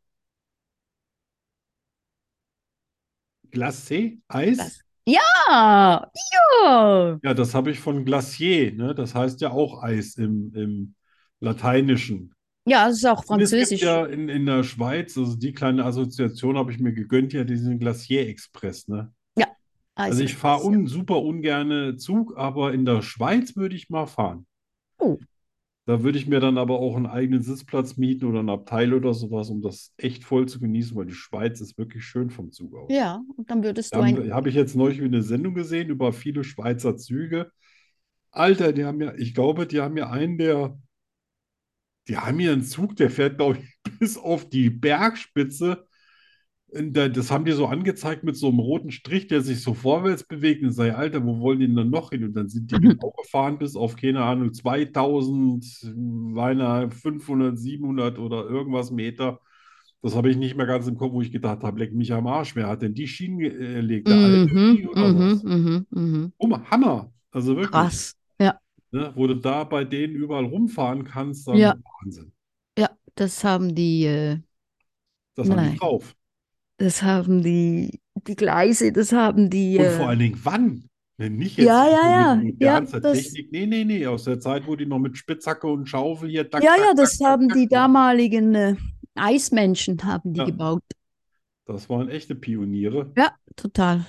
Glacé, Eis? Glasse. Ja, ja. Ja, das habe ich von Glacier, ne? Das heißt ja auch Eis im, im Lateinischen. Ja, es ist auch Und es gibt französisch. ja in, in der Schweiz, also die kleine Assoziation habe ich mir gegönnt, ja diesen Glacier Express, ne? Ja, Also ich fahre Eisexpress, ja. un, super ungerne Zug, aber in der Schweiz würde ich mal fahren. Oh, Da würde ich mir dann aber auch einen eigenen Sitzplatz mieten oder ein Abteil oder sowas, um das echt voll zu genießen, weil die Schweiz ist wirklich schön vom Zug aus. ja, und dann würdest Da du haben- ein. habe ich jetzt neulich wieder eine Sendung gesehen über viele Schweizer Züge. Alter, die haben ja, ich glaube, die haben ja einen, der, die haben ja einen Zug, der fährt, glaube ich, bis auf die Bergspitze. Und da- Das haben die so angezeigt mit so einem roten Strich, der sich so vorwärts bewegt. Und sei, Alter, wo wollen die denn dann noch hin? Und dann sind die genau gefahren bis auf, keine Ahnung, zweitausend, beinahe fünfhundert, siebenhundert oder irgendwas Meter. Das habe ich nicht mehr ganz im Kopf, wo ich gedacht habe, leck mich am Arsch. Wer hat denn die Schienen gelegt? Der Mhm, Aldi oder mhm, was? mhm, mhm. Oh, Hammer. Also wirklich. Krass. Ja, Ne? Wo du da bei denen überall rumfahren kannst, ja, dann Wahnsinn. ja, das haben die, äh, Das haben die nein, drauf. das haben die, die Gleise, das haben die, Und vor äh, allen Dingen wann? Ne, nicht ja, jetzt ja, so mit ja, ja, modernster das, Technik. Nee, nee, nee. Aus der Zeit, wo die noch mit Spitzhacke und Schaufel hier tak, ja, tak, ja, tak, das tak, haben tak die machen. damaligen äh, Eismenschen haben die Ja, gebaut. das waren echte Pioniere. Ja, total.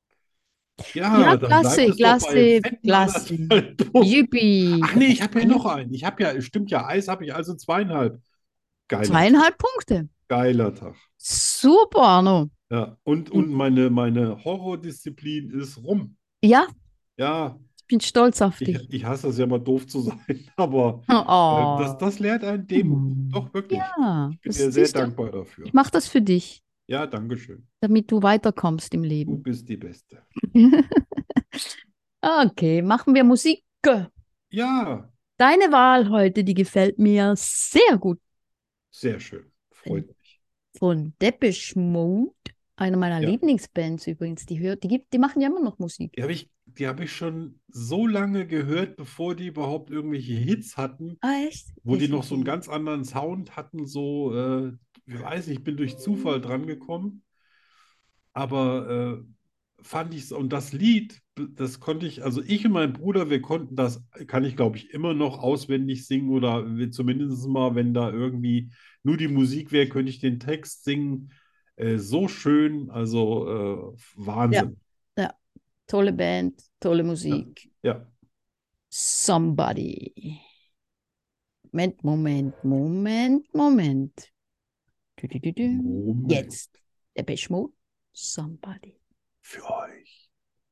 Ja, Ja, dann bleibt klasse, es doch bei klasse, fetten klasse. anderthalb Punkten. Yippie. Ach nee, ich habe ja noch einen. Ich habe ja, stimmt ja, Eis habe ich also zweieinhalb. Geiler Tag. Zweieinhalb Punkte. Geiler Tag. Super, Arno. Ja, und, und meine, meine Horrordisziplin ist rum. Ja, Ja, ich bin stolz auf ich, dich. ich hasse es ja mal doof zu sein, aber äh, das, Oh. das lehrt einen Demut. Hm. Doch, wirklich. Ja, Ich bin das dir sehr siehst du. dankbar dafür. Ich mache das für dich, Ja, danke schön. damit du weiterkommst im Du Leben. bist die Beste. Okay, machen wir Musik. Ja, Deine Wahl heute, die gefällt mir sehr gut. sehr schön. Freut mich. Von Depeche Mode, einer meiner Ja, Lieblingsbands übrigens. Die hört, die gibt, die machen ja immer noch Musik. die habe ich, die habe ich schon so lange gehört, bevor die überhaupt irgendwelche Hits hatten, Ah, echt? wo die Ich, noch so einen ganz anderen Sound hatten, so, äh, ich weiß nicht, ich bin durch Zufall dran gekommen. Aber äh, fand ich es, und das Lied, das konnte ich, also ich und mein Bruder, wir konnten das, kann ich glaube ich immer noch auswendig singen oder wir- zumindest mal, wenn da irgendwie nur die Musik wäre, könnte ich den Text singen. Äh, so schön, also äh, ja, Wahnsinn. ja, tolle Band, tolle Ja, Musik. ja. Somebody. Moment, Moment, Moment, Moment. Du, du, du, du. Moment. Jetzt. Der Beschmut. Somebody. Für euch.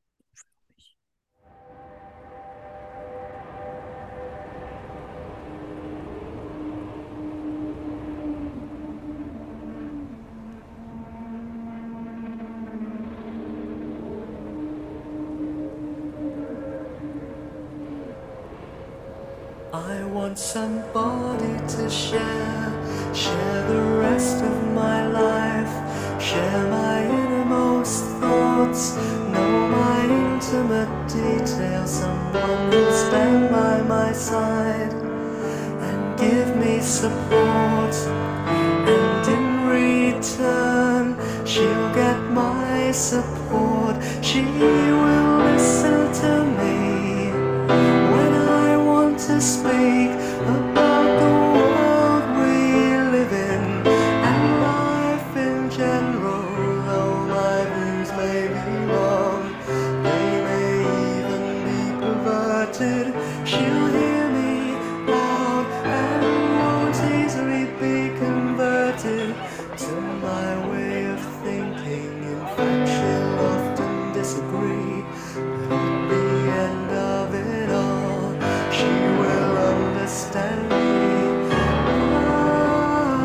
I want somebody to share, share the rest of my life, share my innermost thoughts, know my intimate details, someone who'll stand by my side and give me support, and in return she'll get my support, she will listen to me when I want to speak about the world we live in and life in general. Though my views may be wrong, they may even be perverted, she'll hear me loud and won't easily be converted to my way of thinking. In fact, she'll often disagree, but at the end of it all, she will understand me. Ah.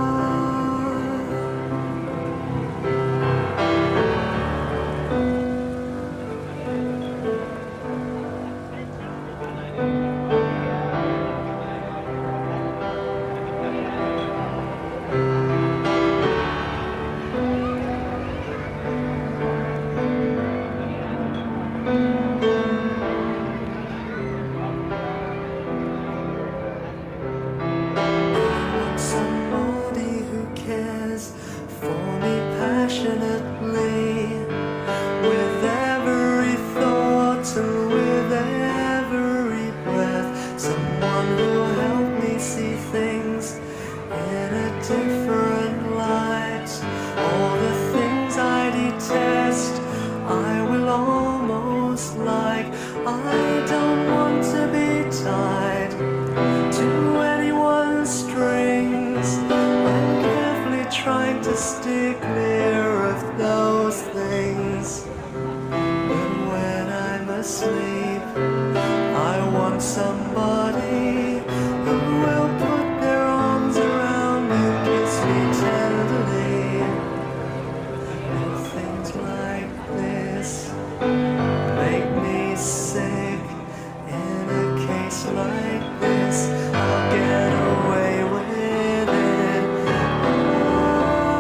Somebody who cares for me passionately, with every thought and with every breath, someone who'll help me see things in a different light. All the things I detest, I will almost like. I don't want to be tied to anyone's strings. I'm carefully trying to steer clear of those things. But when I'm asleep, I want somebody who will put their arms around me, kiss me tenderly. And things like this make me sick. In a case like this, I'll get away with it. Ah.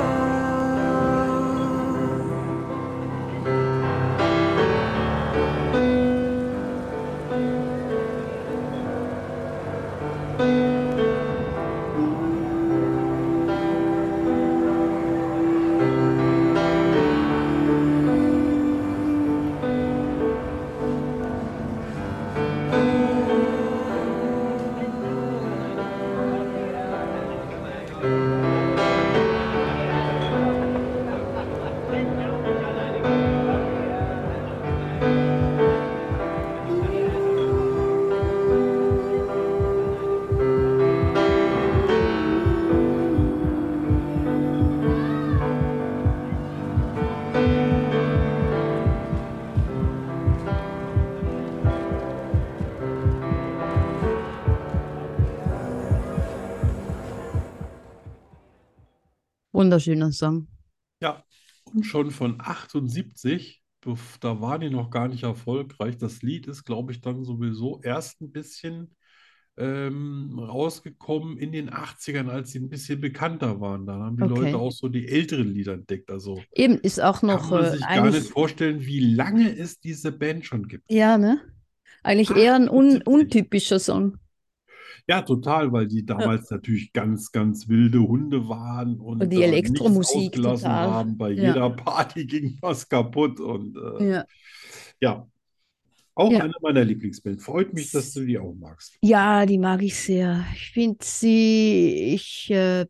Wunderschöner Song. Ja, und schon von achtundsiebzig, bef- da waren die noch gar nicht erfolgreich. Das Lied ist, glaube ich, dann sowieso erst ein bisschen ähm, rausgekommen in den achtzigern, als sie ein bisschen bekannter waren. Dann haben die Leute Okay. auch so die älteren Lieder entdeckt. Also Eben ist auch kann noch man äh, sich gar nicht eigentlich, vorstellen, wie lange es diese Band schon gibt. ja, ne? Eigentlich eher ein un achtundsiebzig. untypischer Song. Ja, total, weil die Ja. damals natürlich ganz, ganz wilde Hunde waren Und und die äh, nichts Elektromusik ausgelassen total. haben. Bei Ja. jeder Party ging was kaputt und äh, Ja. ja, auch Ja. eine meiner Lieblingsbands. Freut mich, dass du die auch magst. Ja, die mag ich sehr. Ich finde sie, ich äh,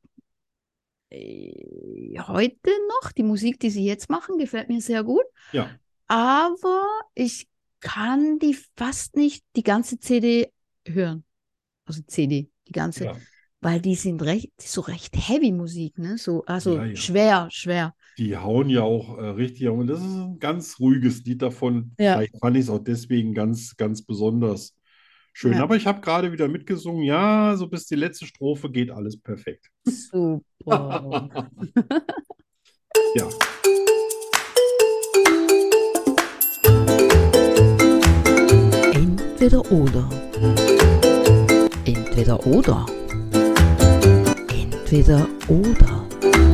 äh, heute noch, die Musik, die sie jetzt machen, gefällt mir sehr gut. Ja, Aber ich kann die fast nicht die ganze C D hören. also C D, die ganze, Ja, weil die sind recht, so recht heavy Musik, ne? So, also ja, ja. schwer, schwer. Die hauen ja auch äh, richtig. Und das ist ein ganz ruhiges Lied davon. Ja, Vielleicht fand ich es auch deswegen ganz, ganz besonders schön. ja, Aber ich habe gerade wieder mitgesungen. Ja, so bis die letzte Strophe geht alles perfekt. super. Ja, Entweder oder. Entweder oder. Entweder oder.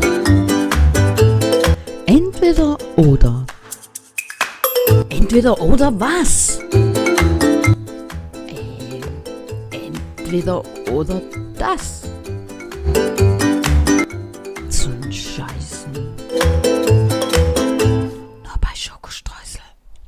Entweder oder. Entweder oder was? Ähm, entweder oder das. Zum Scheißen. Nur bei Schokostreusel.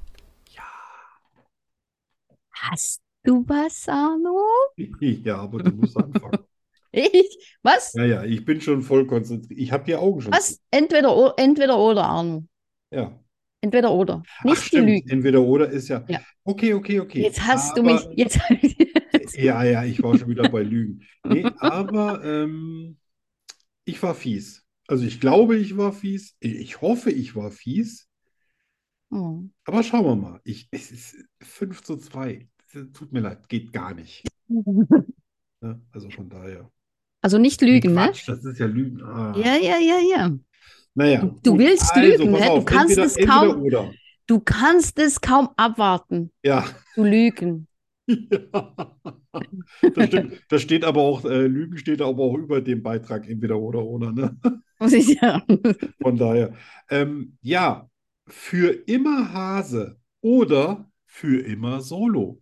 Hast du was, Arno? ja, aber du musst anfangen. Ich? Was? Ja, ja, ich bin schon voll konzentriert. Ich habe die Augen schon zu. Was? Entweder, o- entweder oder, Arno. Ja. Entweder oder. Ach, Nicht stimmt. gelügt. Entweder oder ist ja. Ja. Okay, okay, okay. Jetzt hast du mich. Aber, Jetzt. ja, ja, ich war schon wieder bei Lügen. Nee, aber ähm, ich war fies. Also ich glaube, ich war fies. Ich ich hoffe, ich war fies. Oh. Aber schauen wir mal. Ich, es ist fünf zu zwei. Tut mir leid, geht gar nicht. Ne? Also von daher. Also nicht Nee, lügen, ne? Quatsch, das ist ja Lügen. Ah. Ja, ja, ja, ja. Naja, Du, du gut. willst Also, lügen, pass ne? Du auf. kannst Entweder, es entweder kaum, oder. du kannst es kaum abwarten, Ja. zu lügen. Ja. Das stimmt. Das steht aber auch, äh, Lügen steht aber auch über dem Beitrag entweder oder oder, ne? Muss ich sagen. Von daher. Ähm, ja, für immer Hase oder für immer Solo.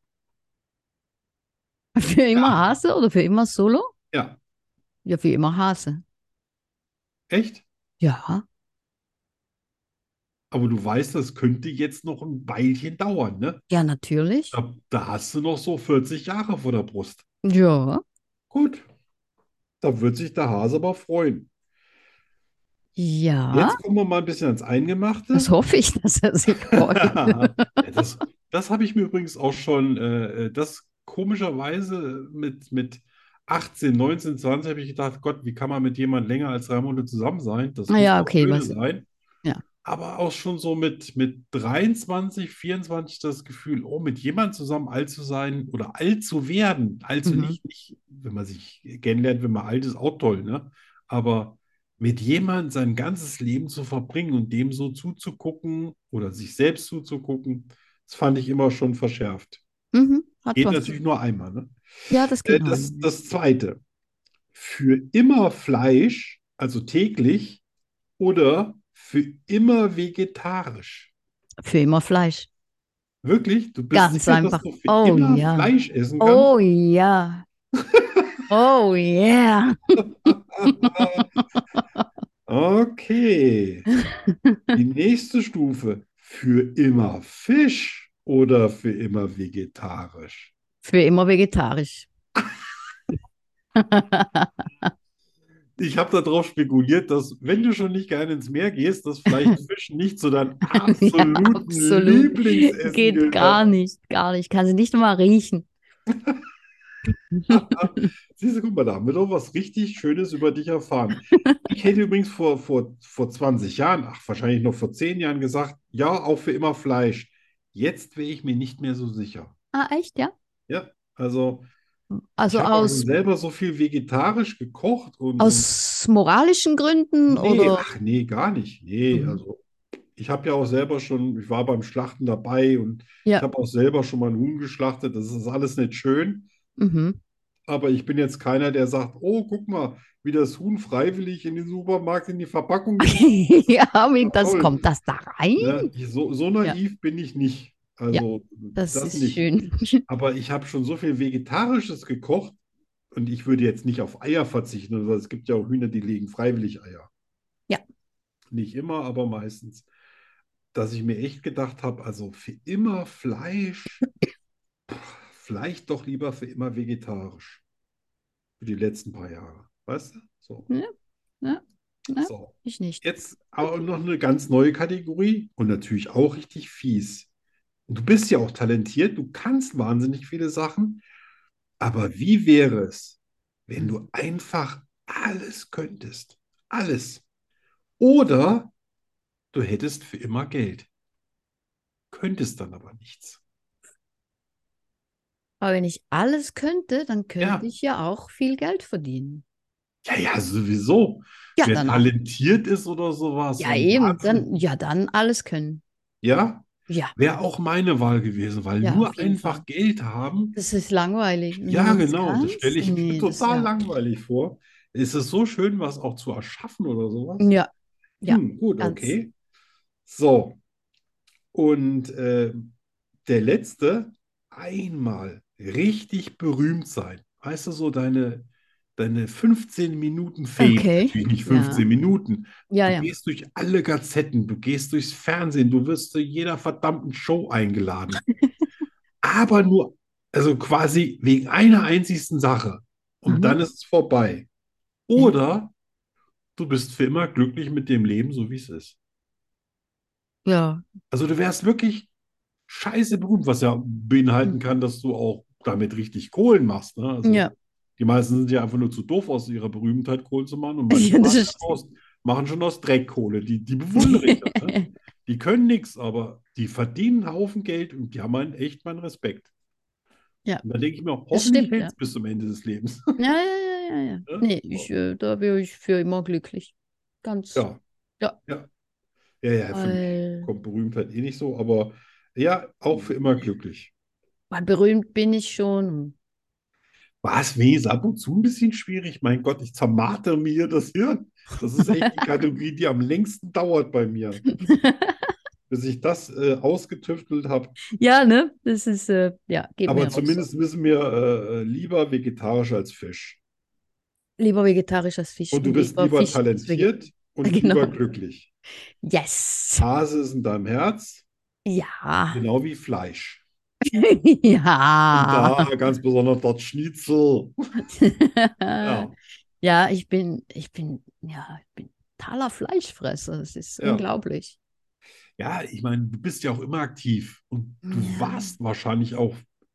Für immer Ja. Hase oder für immer Solo? Ja, Ja, für immer Hase. echt? Ja. Aber du weißt, das könnte jetzt noch ein Weilchen dauern, ne? Ja, natürlich. Da, da hast du noch so vierzig Jahre vor der Brust. Ja. Gut, da wird sich der Hase aber freuen. Ja. Jetzt kommen wir mal ein bisschen ans Eingemachte. Das hoffe ich, dass er sich freut. Ja, das, das habe ich mir übrigens auch schon, äh, das komischerweise mit, mit achtzehn, neunzehn, zwanzig habe ich gedacht, Gott, wie kann man mit jemand länger als drei Monate zusammen sein? Das Ah muss ja, das okay, Schöne was? sein. Ja. Aber auch schon so mit, mit dreiundzwanzig, vierundzwanzig das Gefühl, oh, mit jemand zusammen alt zu sein oder alt zu werden. Also Mhm. nicht, nicht, wenn man sich kennenlernt, wenn man alt ist, auch toll, ne? Aber mit jemandem sein ganzes Leben zu verbringen und dem so zuzugucken oder sich selbst zuzugucken, das fand ich immer schon verschärft. Mhm. Hat Geht was. natürlich nur einmal, ne? Ja, das Äh, geht noch. das, das Zweite, für immer Fleisch, also täglich, oder für immer vegetarisch. Für immer Fleisch. Wirklich? Du bist Ganz sicher, dass einfach. du für Oh immer ja. Fleisch essen kannst? Oh ja. Oh yeah. Okay. Die nächste Stufe. Für immer Fisch oder für immer vegetarisch? Für immer vegetarisch. Ich habe darauf spekuliert, dass, wenn du schon nicht gerne ins Meer gehst, dass vielleicht Fisch nicht so dein Ja, absoluten absolut. Lieblingsessen Geht gilt. gar nicht, gar nicht. Kann sie nicht mal riechen. Siehst du, guck mal, da haben wir doch was richtig Schönes über dich erfahren. Ich hätte übrigens vor, vor, vor zwanzig Jahren, ach, wahrscheinlich noch vor zehn Jahren gesagt, ja, auch für immer Fleisch. Jetzt wäre ich mir nicht mehr so sicher. Ah, echt, ja? Ja, also Also ich habe auch schon aus, selber so viel vegetarisch gekocht und, und aus moralischen Gründen nee, oder? ach nee, gar nicht. Nee, Mhm. also ich habe ja auch selber schon, ich war beim Schlachten dabei und ich Ja. habe auch selber schon mal einen Huhn geschlachtet. Das ist alles nicht schön. Mhm. Aber ich bin jetzt keiner, der sagt, oh, guck mal, wie das Huhn freiwillig in den Supermarkt in die Verpackung geht. Ja, wie das Toll. kommt das da rein? Ne? Ich, so, so naiv bin ich nicht. Also Das das ist nicht. schön. Aber ich habe schon so viel Vegetarisches gekocht und ich würde jetzt nicht auf Eier verzichten. Also es gibt ja auch Hühner, die legen freiwillig Eier. Ja. Nicht immer, aber meistens. Dass ich mir echt gedacht habe, also für immer Fleisch, vielleicht doch lieber für immer vegetarisch. Für die letzten paar Jahre. Weißt du? So. Ja, ja, ja. So. Ich nicht. Jetzt aber noch eine ganz neue Kategorie und natürlich auch richtig fies. Du bist ja auch talentiert, du kannst wahnsinnig viele Sachen, Aber wie wäre es, wenn Mhm. du einfach alles könntest? Alles. Oder du hättest für immer Geld, könntest dann aber nichts. Aber wenn ich alles könnte, dann könnte Ja, ich ja auch viel Geld verdienen. ja, ja, sowieso. Ja, Wer dann auch. talentiert ist oder sowas Ja, und eben. Wahnsinn. Dann, ja, dann alles können. Ja, Ja, wäre auch meine Wahl gewesen, weil ja, auf nur jeden Fall. einfach Geld haben, Das ist langweilig. Wenn du ja, nichts genau, das stelle kannst, ich mir nee, das total ja. langweilig vor. Es ist so schön, was auch zu erschaffen oder sowas. Ja, ja, Hm, gut, ganz. okay. So, und äh, der letzte, einmal richtig berühmt sein. Weißt du, so deine, deine fünfzehn Minuten Fame, Okay. natürlich nicht Ja, fünfzehn Minuten. ja, Du ja. gehst durch alle Gazetten, du gehst durchs Fernsehen, du wirst zu jeder verdammten Show eingeladen. Aber nur, also quasi wegen einer einzigsten Sache. Und Mhm. dann ist es vorbei. Okay. Oder du bist für immer glücklich mit dem Leben, so wie es ist. Ja. Also du wärst wirklich scheiße berühmt, was ja beinhalten kann, dass du auch damit richtig Kohlen machst. Ne? Also Ja. die meisten sind ja einfach nur zu doof, aus ihrer Berühmtheit Kohlen zu machen und manche Ja, das machen, stimmt. aus, machen schon aus Dreck Kohle. Die, die bewundere ich ja. Ne? Die können nichts, aber die verdienen einen Haufen Geld und die haben einen, echt meinen Respekt. Ja, Und da denke ich mir, das hoffentlich stimmt, hält ja. es bis zum Ende des Lebens. Ja, ja, ja, ja, ja. Ne? Nee, ich, So. äh, da wäre ich für immer glücklich. Ganz, Ja, ja, ja, ja, ja, für mich weil, kommt Berühmtheit eh nicht so, aber ja, auch für immer glücklich. weil berühmt bin ich schon. Was, weh, ist ab und zu ein bisschen schwierig. Mein Gott, ich zermartere mir hier das Hirn. Das ist echt die Kategorie, die am längsten dauert bei mir, bis ich das äh, ausgetüftelt habe. Ja, ne? Das ist, äh, ja, geht Aber mir auch so. zumindest wissen wir äh, äh, lieber vegetarisch als Fisch. Lieber vegetarisch als Fisch Und du und bist lieber lieber Fisch als vegetarisch. talentiert und lieber Genau. glücklich. Yes. Hase ist in deinem Herz, Ja. genau wie Fleisch. Und Ja. da ganz besonders das Schnitzel. Ja, Ja, ich bin, ich bin, ja, ich bin totaler Fleischfresser. Das ist ja. unglaublich. Ja, ich meine, du bist ja auch immer aktiv und du Ja. warst wahrscheinlich auch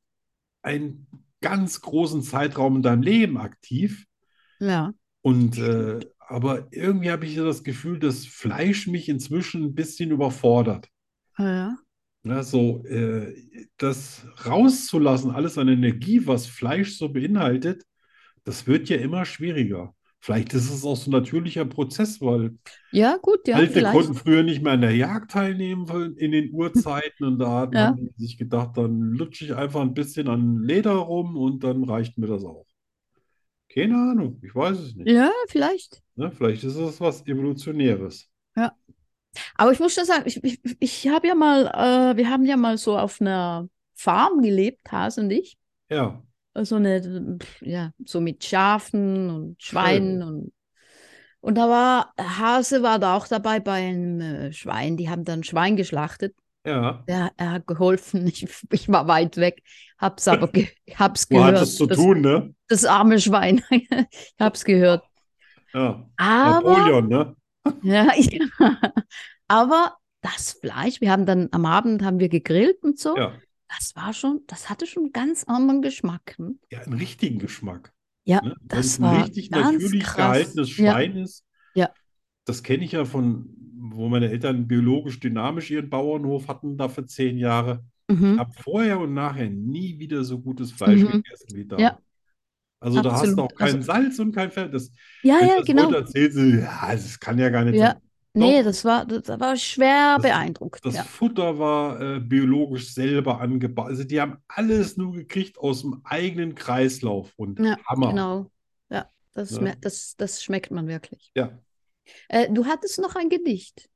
einen ganz großen Zeitraum in deinem Leben aktiv. Ja. Und äh, aber irgendwie habe ich so das Gefühl, dass Fleisch mich inzwischen ein bisschen überfordert. Ja. Ja, so äh, das rauszulassen, alles an Energie, was Fleisch so beinhaltet, das wird ja immer schwieriger. Vielleicht ist es auch so ein natürlicher Prozess, weil Ja, gut, ja, Alte vielleicht. konnten früher nicht mehr an der Jagd teilnehmen wollen in den Urzeiten und da hatten- Ja. haben die sich gedacht, dann lutsche ich einfach ein bisschen an Leder rum und dann reicht mir das auch. Keine Ahnung, ich weiß es nicht. Ja, vielleicht. Ne? Vielleicht ist es was Evolutionäres. Ja. Aber ich muss schon sagen, ich, ich, ich habe ja mal, äh, wir haben ja mal so auf einer Farm gelebt, Hase und ich. Ja, So eine, pf, ja, so mit Schafen und Schweinen schön. und und da war, Hase war da auch dabei bei einem äh, Schwein, die haben dann Schwein geschlachtet. Ja, Er, er hat geholfen, ich, ich war weit weg, hab's aber ge hab's wo hat gehört, es zu das, tun, ne? das arme Schwein, ich hab's gehört. Ja, Aber, Napoleon, ne? ja, ja, aber das Fleisch, wir haben dann am Abend haben wir gegrillt und so, Ja, das war schon, das hatte schon einen ganz anderen Geschmack. Hm? ja, einen richtigen Geschmack. Ja, Ne? Wenn es das ein war richtig ganz natürlich krass. gehaltenes Ja, Schwein ist, ja. das kenne ich ja von, wo meine Eltern biologisch dynamisch ihren Bauernhof hatten, da für zehn Jahre. Ich Mhm. habe vorher und nachher nie wieder so gutes Fleisch Mhm. gegessen wie Ja, da. Also da hast du absolut. auch Also, kein Salz und kein Fett. Das, ja, wenn du ja, das heute genau. erzählst, ja, das kann ja gar nicht Ja, sein. nee, Doch, das war, das, das war schwer das, beeindruckt. das Ja, Futter war äh, biologisch selber angebaut. Also die haben alles nur gekriegt aus dem eigenen Kreislauf und ja, Hammer. genau. Ja, das, Ne? mer- das, das schmeckt man wirklich. Ja, Äh, du hattest noch ein Gedicht,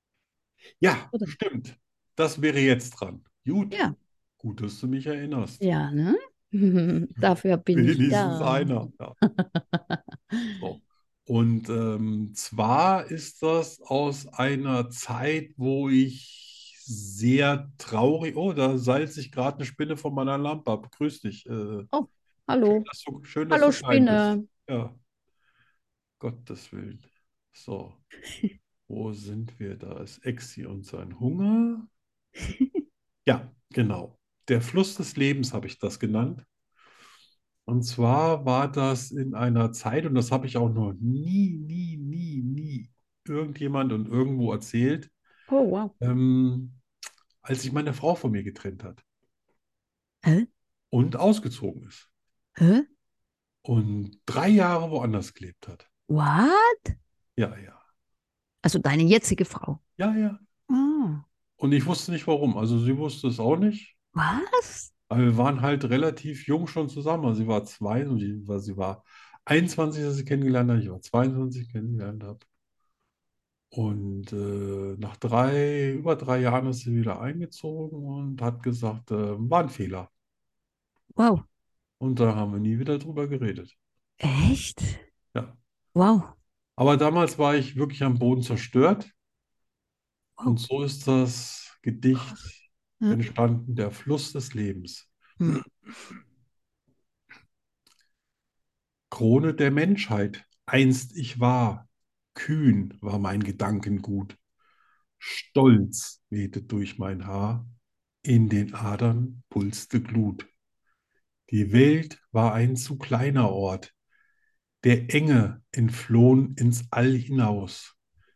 ja, oder? stimmt. Das wäre jetzt dran. Gut, Ja, gut, dass du mich erinnerst. ja, ne? Dafür bin ich Wenigstens da. einer. Ja. So. Und ähm, zwar ist das aus einer Zeit, wo ich sehr traurig, oh, da seilt sich gerade eine Spinne von meiner Lampe ab. Grüß dich. Äh, Oh, schön, hallo. dass du, schön, dass Hallo, du klein bist. Spinne. Ja, Gottes Willen. So, wo sind wir? Da ist Exi und sein Hunger. Ja, genau. Der Fluss des Lebens habe ich das genannt. Und zwar war das in einer Zeit, und das habe ich auch noch nie, nie, nie, nie irgendjemand und irgendwo erzählt, Oh, wow. ähm, als sich meine Frau von mir getrennt hat Hä? und ausgezogen ist Hä? und drei Jahre woanders gelebt hat. What? Ja, ja, Also deine jetzige Frau. ja, ja. Ah. Und ich wusste nicht warum. Also sie wusste es auch nicht. Was? Aber wir waren halt relativ jung schon zusammen. Also sie war zwei und ich war, sie war einundzwanzig, als ich sie kennengelernt habe. Ich war zweiundzwanzig, als ich kennengelernt habe. Und äh, nach drei, über drei Jahren ist sie wieder eingezogen und hat gesagt, äh, war ein Fehler. Wow. Und da haben wir nie wieder drüber geredet. Echt? Ja. Wow. Aber damals war ich wirklich am Boden zerstört. Und Wow. so ist das Gedicht Ja. entstanden, der Fluss des Lebens. Hm. Krone der Menschheit, einst ich war, kühn war mein Gedankengut, Stolz wehte durch mein Haar, in den Adern pulste Glut. Die Welt war ein zu kleiner Ort, der Enge entflohen ins All hinaus.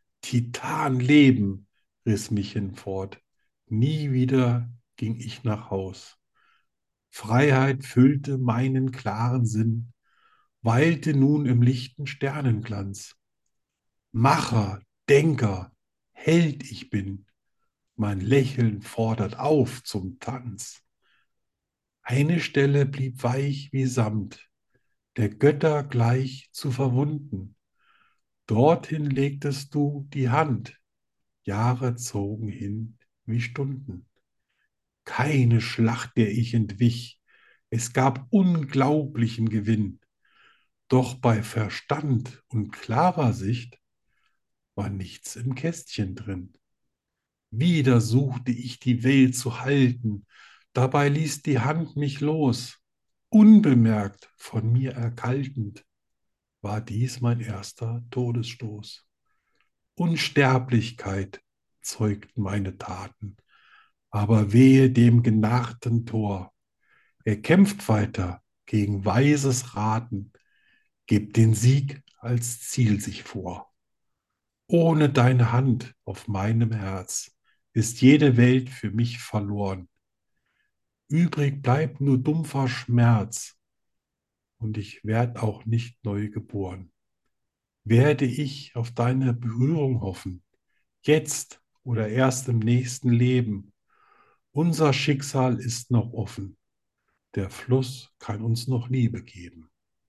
Titanleben riss mich hinfort, nie wieder ging ich nach Haus. Freiheit füllte meinen klaren Sinn, weilte nun im lichten Sternenglanz. Macher, Denker, Held ich bin, mein Lächeln fordert auf zum Tanz. Eine Stelle blieb weich wie Samt, der Götter gleich zu verwunden. Dorthin legtest du die Hand, Jahre zogen hin wie Stunden. Keine Schlacht, der ich entwich, es gab unglaublichen Gewinn. Doch bei Verstand und klarer Sicht war nichts im Kästchen drin. Wieder suchte ich die Welt zu halten, dabei ließ die Hand mich los. Unbemerkt von mir erkaltend war dies mein erster Todesstoß. Unsterblichkeit zeugten meine Taten, aber wehe dem genarrten Tor. Er kämpft weiter gegen weises Raten, gibt den Sieg als Ziel sich vor. Ohne deine Hand auf meinem Herz ist jede Welt für mich verloren. Übrig bleibt nur dumpfer Schmerz und ich werd auch nicht neu geboren. Werde ich auf deine Berührung hoffen, jetzt oder erst im nächsten Leben? Unser Schicksal ist noch offen. Der Fluss kann uns noch Liebe geben.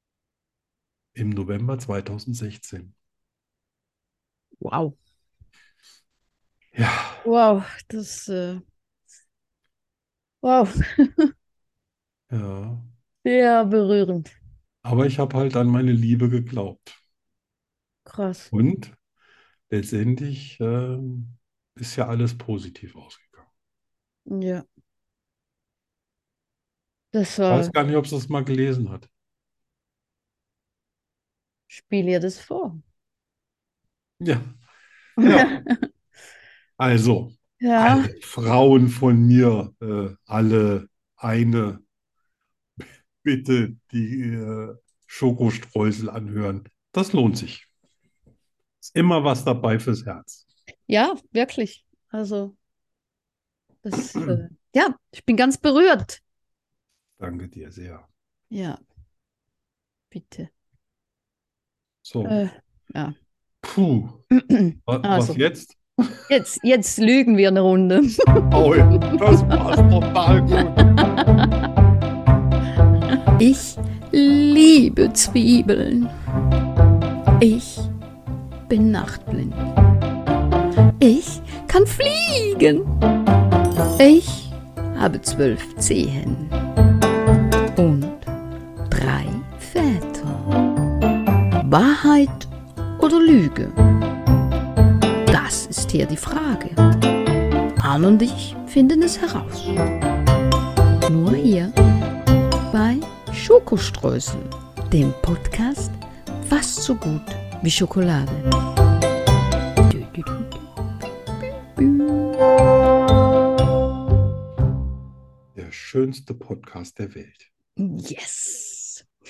Im November zweitausendsechzehn. Wow. Ja, Wow. Das, äh, wow. ja. Sehr berührend. Aber ich habe halt an meine Liebe geglaubt. Krass. Und letztendlich ähm, ist ja alles positiv ausgegangen. Ja. Das Ich war, weiß gar nicht, ob sie das mal gelesen hat. spiel ihr das vor. Ja, ja. Also, Ja. alle Frauen von mir, äh, alle eine, bitte die äh, Schokostreusel anhören. Das lohnt sich. Ist immer was dabei fürs Herz. Ja, wirklich. Also, das, äh, ja, ich bin ganz berührt. Danke dir sehr. Ja, bitte. So, Äh, ja. puh, wa- was Also, jetzt? jetzt, jetzt lügen wir eine Runde. Oh, das war's total gut. Ich liebe Zwiebeln. Ich bin nachtblind. Ich kann fliegen. Ich habe zwölf Zehen und drei Väter. Wahrheit oder Lüge? Das ist hier die Frage. Arne und ich finden es heraus. Nur hier bei Schokostreusel, dem Podcast fast so gut wie Schokolade. Der schönste Podcast der Welt. Yes.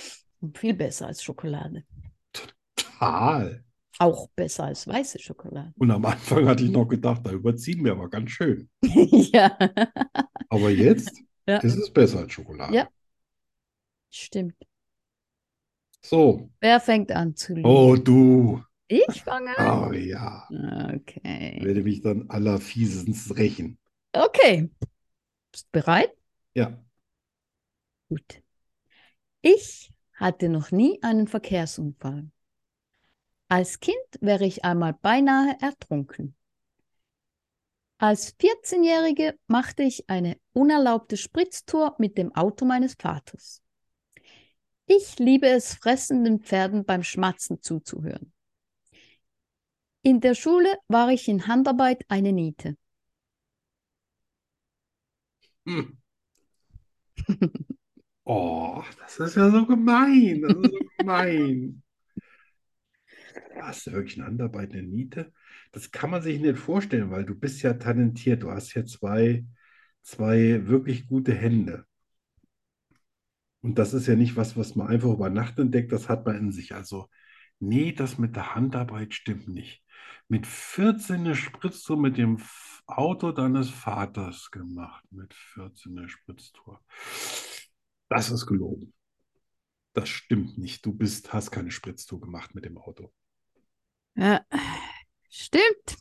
Und viel besser als Schokolade. Total. Auch besser als weiße Schokolade. Und am Anfang hatte ich noch gedacht, da überziehen wir aber ganz schön. Ja. Aber jetzt Ja. ist es besser als Schokolade. Ja. Stimmt. So. Wer fängt an zu lügen? Oh, du. Ich fange an. Oh ja. Ich Okay. werde mich dann allerfiesestens rächen. Okay. Bist du bereit? Ja. Gut. Ich hatte noch nie einen Verkehrsunfall. Als Kind wäre ich einmal beinahe ertrunken. Als vierzehnjährige machte ich eine unerlaubte Spritztour mit dem Auto meines Vaters. Ich liebe es, fressenden Pferden beim Schmatzen zuzuhören. In der Schule war ich in Handarbeit eine Niete. Hm. Oh, das ist ja so gemein. Das ist so gemein. Hast du wirklich eine Handarbeit, eine Niete? Das kann man sich nicht vorstellen, weil du bist ja talentiert. Du hast ja zwei, zwei wirklich gute Hände. Und das ist ja nicht was, was man einfach über Nacht entdeckt, das hat man in sich. Also, nee, das mit der Handarbeit stimmt nicht. Mit vierzehn eine Spritztour mit dem F- Auto deines Vaters gemacht. Mit vierzehn eine Spritztour. Das ist gelogen. Das stimmt nicht. Du bist, hast keine Spritztour gemacht mit dem Auto. Ja, stimmt.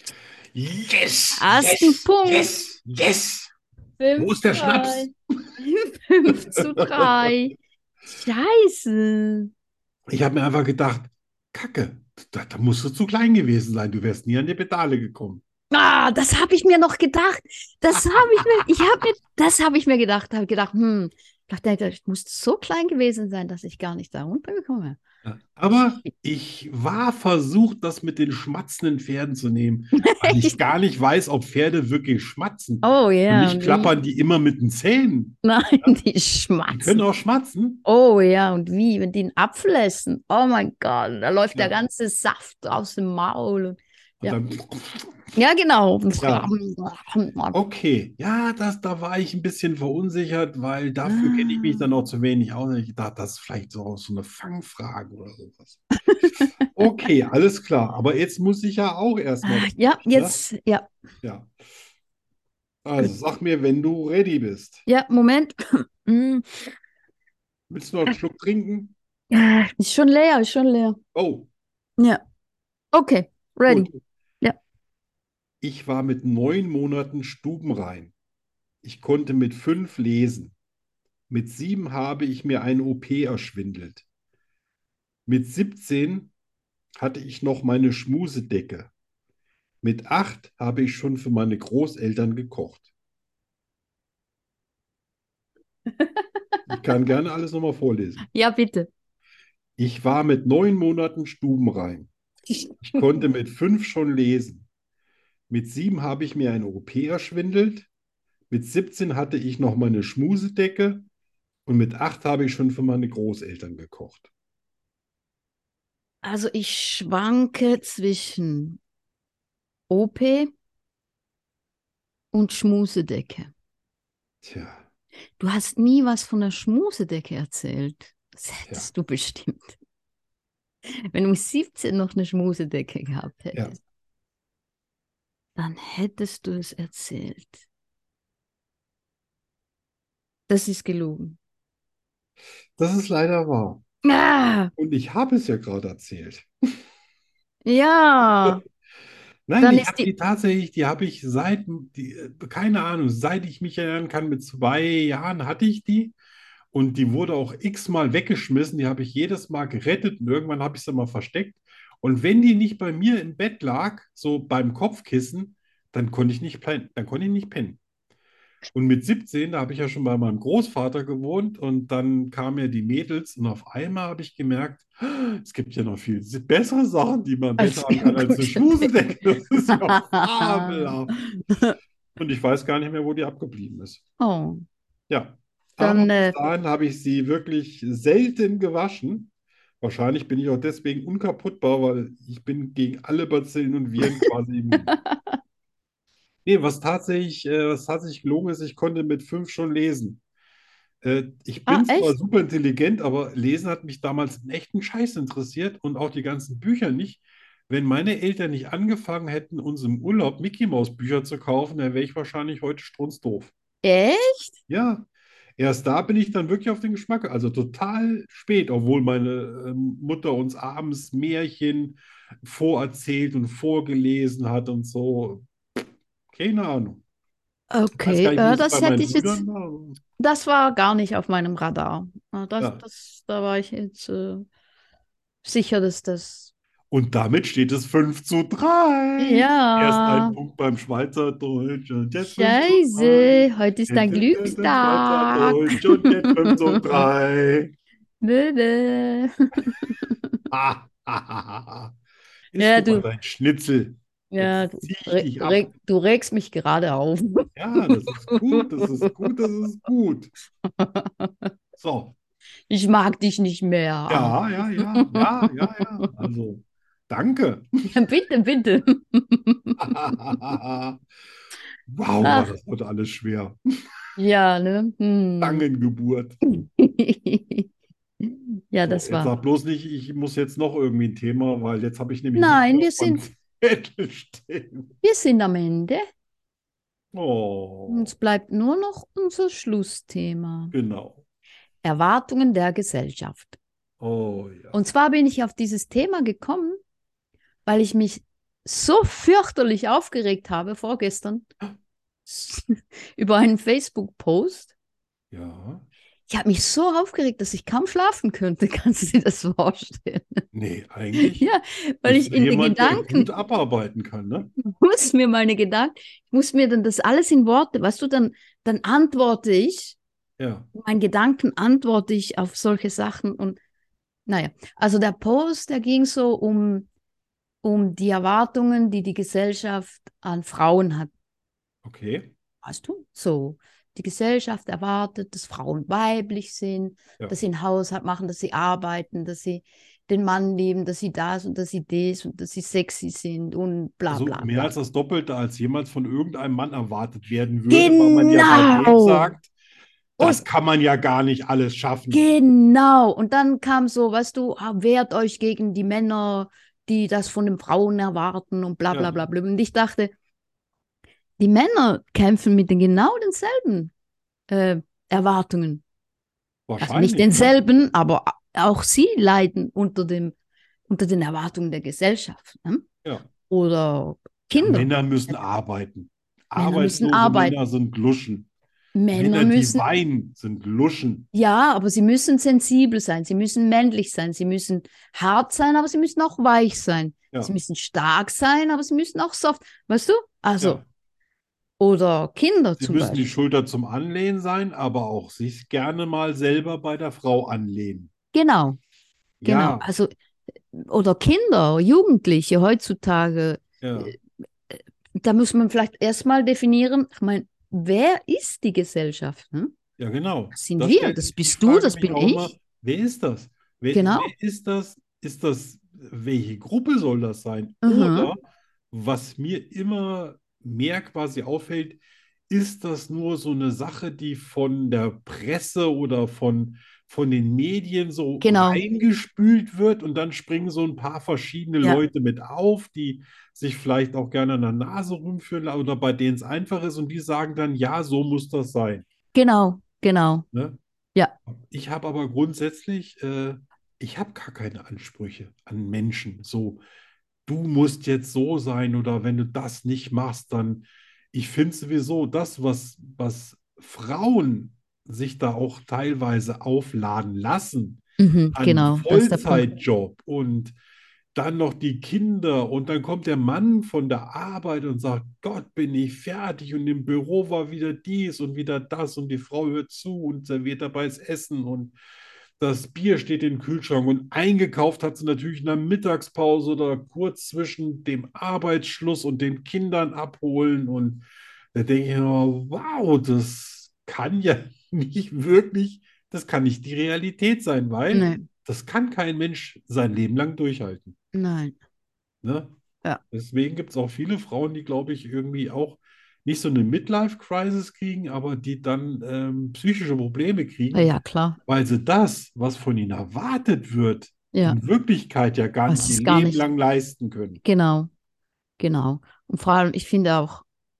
Yes! Hast einen Punkt. Yes! Yes! Fünf Wo ist der zu Schnaps? drei. Fünf zu drei. Scheiße. Ich habe mir einfach gedacht, Kacke, da, da musst du zu klein gewesen sein. Du wärst nie an die Pedale gekommen. Ah, das habe ich mir noch gedacht. Das habe ich mir, ich habe mir, das habe ich mir gedacht. Habe gedacht, hm, ich dachte, ich muss so klein gewesen sein, dass ich gar nicht da runtergekommen Ja, aber ich war versucht, das mit den schmatzenden Pferden zu nehmen, weil ich gar nicht weiß, ob Pferde wirklich schmatzen. Oh Für ja, mich und klappern wie? die immer mit den Zähnen. Nein, die Die können schmatzen. auch schmatzen. Oh ja, und wie, wenn die einen Apfel essen. Oh mein Gott, da läuft der Ja. ganze Saft aus dem Maul. Und, Und ja. dann, ja, genau. Ja. okay, ja, das, da war ich ein bisschen verunsichert, weil dafür kenne ich mich dann auch zu wenig aus. Ich dachte, das ist vielleicht so, so eine Fangfrage oder sowas. Okay, alles klar. Aber jetzt muss ich ja auch erstmal. Ah, ja, jetzt, ja. Ja. Also sag mir, wenn du ready bist. Ja, Moment. Mm, Willst du noch einen Schluck trinken? ah, Ist schon leer, ist schon leer. Oh, Ja. Okay, ready. gut. Ja. Ich war mit neun Monaten stubenrein. Ich konnte mit fünf lesen. Mit sieben habe ich mir eine O P erschwindelt. Mit siebzehn hatte ich noch meine Schmusedecke. Mit acht habe ich schon für meine Großeltern gekocht. Ich kann gerne alles nochmal vorlesen. Ja, bitte. Ich war mit neun Monaten stubenrein. Ich konnte mit fünf schon lesen. Mit sieben habe ich mir eine O P erschwindelt. Mit siebzehn hatte ich noch meine Schmusedecke. Und mit acht habe ich schon für meine Großeltern gekocht. Also ich schwanke zwischen O P und Schmusedecke. Tja, Du hast nie was von der Schmusedecke erzählt. Das hättest du bestimmt. Wenn du mit siebzehn noch eine Schmusedecke gehabt ja. hättest, dann hättest du es erzählt. Das ist gelogen. Das ist leider wahr. Ah, Und ich habe es ja gerade erzählt. ja, Nein, dann ich ist habe die. die tatsächlich, die habe ich seit, die, äh, keine Ahnung, seit ich mich erinnern kann, mit zwei Jahren hatte ich die. Und die wurde auch x-mal weggeschmissen. Die habe ich jedes Mal gerettet und irgendwann habe ich sie mal versteckt. Und wenn die nicht bei mir im Bett lag, so beim Kopfkissen, dann konnte ich nicht pennen, dann konnte ich nicht pennen. Und mit siebzehn, da habe ich ja schon bei meinem Großvater gewohnt und dann kamen ja die Mädels und auf einmal habe ich gemerkt, es gibt ja noch viel bessere Sachen, die man Als besser haben kann als eine gute Schmusedecke. Das ist ja fabelhaft. Und ich weiß gar nicht mehr, wo die abgeblieben ist. Oh, Ja, dann, aber bis äh, dahin habe ich sie wirklich selten gewaschen. Wahrscheinlich bin ich auch deswegen unkaputtbar, weil ich bin gegen alle Bazillen und Viren quasi immun. Nee, was tatsächlich, äh, was tatsächlich gelogen ist, ich konnte mit fünf schon lesen. Äh, ich Ah, bin zwar echt? super intelligent, aber Lesen hat mich damals einen echten Scheiß interessiert und auch die ganzen Bücher nicht. Wenn meine Eltern nicht angefangen hätten, uns im Urlaub Mickey Maus Bücher zu kaufen, dann wäre ich wahrscheinlich heute strunzdoof. Echt? Ja, erst da bin ich dann wirklich auf den Geschmack, also total spät, obwohl meine ähm, Mutter uns abends Märchen vorerzählt und vorgelesen hat und so. Keine Ahnung. Ich weiß gar Okay, nicht, wie äh, es bei das hätte meinen ich jetzt, Brüdern war. das war gar nicht auf meinem Radar. Äh, Das, Ja. das, da war ich jetzt äh, sicher, dass das. Und damit steht es fünf zu drei. Erst ein Ja, Punkt beim Schweizerdeutsch und jetzt fünf zu drei. Scheiße, heute ist ein Glückstag. Schweizerdeutsch und jetzt fünf zu drei. Nö, nö. Ha, ha, ha, ha. Isst Ja, du mal du, dein Schnitzel. ja, Jetzt du, zieh ich re, dich ab. re, du regst mich gerade auf. Ja, das ist gut, das ist gut, das ist gut. So, Ich mag dich nicht mehr. ja, ja, ja, ja, ja, ja. Also, danke. Ja, bitte, bitte. Wow, war Ach, das heute alles schwer. ja, ne? Hm. Zangengeburt. Ja, So, das jetzt war. sag bloß nicht, ich muss jetzt noch irgendwie ein Thema, weil jetzt habe ich nämlich nichts Nein, mehr wir auf meinem sind, Zettel stehen. wir sind am Ende. Oh, Uns bleibt nur noch unser Schlussthema. genau. Erwartungen der Gesellschaft. Oh ja. Und zwar bin ich auf dieses Thema gekommen, weil ich mich so fürchterlich aufgeregt habe vorgestern über einen Facebook-Post. Ja. Ich habe mich so aufgeregt, dass ich kaum schlafen könnte. Kannst du dir das vorstellen? Nee, eigentlich Ja, weil bist ich du in den jemand, der gut Gedanken abarbeiten kann, ne? muss mir meine Gedanken, ich muss mir dann das alles in Worte, weißt du, dann, dann antworte ich, Ja. in meinen Gedanken antworte ich auf solche Sachen und naja, also der Post, der ging so um, um die Erwartungen, die die Gesellschaft an Frauen hat. Okay. Weißt du? So, die Gesellschaft erwartet, dass Frauen weiblich sind, Ja. dass sie einen Haushalt machen, dass sie arbeiten, dass sie den Mann lieben, dass sie das und dass sie das und dass sie sexy sind und bla Also bla mehr bla. als das Doppelte, als jemals von irgendeinem Mann erwartet werden würde, weil man ja bei dem Genau! sagt, Und das kann man ja gar nicht alles schaffen. genau. Und dann kam so, weißt du, ah, wehrt euch gegen die Männer, die das von den Frauen erwarten und bla bla Ja, bla bla. Und ich dachte, die Männer kämpfen mit den genau denselben äh, Erwartungen. Also nicht wahrscheinlich, ne? denselben, aber auch sie leiden unter dem, unter den Erwartungen der Gesellschaft. Ne? Ja. Oder Ja, Kinder. Männer müssen arbeiten. Männer müssen Arbeitslose Männer arbeiten. sind Luschen. Männer Männer, die müssen, weinen, sind Luschen. ja, aber sie müssen sensibel sein. Sie müssen männlich sein. Sie müssen hart sein, aber sie müssen auch weich sein. Sie Ja, müssen stark sein, aber sie müssen auch soft. Weißt du? Also, ja. oder Kinder Sie zum müssen die Beispiel. Schulter zum Anlehnen sein, aber auch sich gerne mal selber bei der Frau anlehnen. Genau, genau. Ja, Also, oder Kinder, Jugendliche heutzutage. ja, äh, Da muss man vielleicht erstmal definieren, ich meine, wer ist die Gesellschaft? Hm? ja, genau. Das sind Das wir, stellt das sich die bist du, Frage das mich bin auch immer, ich. wer ist das? Wer, Genau. wer ist das? Ist das, welche Gruppe soll das sein? Mhm. Oder was mir immer mehr quasi auffällt, ist das nur so eine Sache, die von der Presse oder von, von den Medien so Genau. reingespült wird und dann springen so ein paar verschiedene Ja, Leute mit auf, die sich vielleicht auch gerne an der Nase rumführen oder bei denen es einfach ist und die sagen dann, ja, so muss das sein. genau, genau. Ne? Ja, Ich habe aber grundsätzlich, äh, ich habe gar keine Ansprüche an Menschen. So, du musst jetzt so sein oder wenn du das nicht machst, dann, ich finde sowieso das, was, was Frauen sich da auch teilweise aufladen lassen mhm, an genau, das ist der Punkt. Vollzeitjob und dann noch die Kinder und dann kommt der Mann von der Arbeit und sagt, Gott, bin ich fertig und im Büro war wieder dies und wieder das und die Frau hört zu und serviert dabei das Essen und das Bier steht im Kühlschrank und eingekauft hat sie natürlich in der Mittagspause oder kurz zwischen dem Arbeitsschluss und den Kindern abholen und da denke ich mir, wow, das kann ja nicht wirklich, das kann nicht die Realität sein, weil Nee, das kann kein Mensch sein Leben lang durchhalten. nein. Ne? Ja. Deswegen gibt es auch viele Frauen, die, glaube ich, irgendwie auch nicht so eine Midlife-Crisis kriegen, aber die dann ähm, psychische Probleme kriegen, Ja, klar. weil sie das, was von ihnen erwartet wird, Ja, in Wirklichkeit ja gar nicht das ihr ist gar Leben nicht. lang leisten können. Genau, genau. Und vor allem, ich finde auch,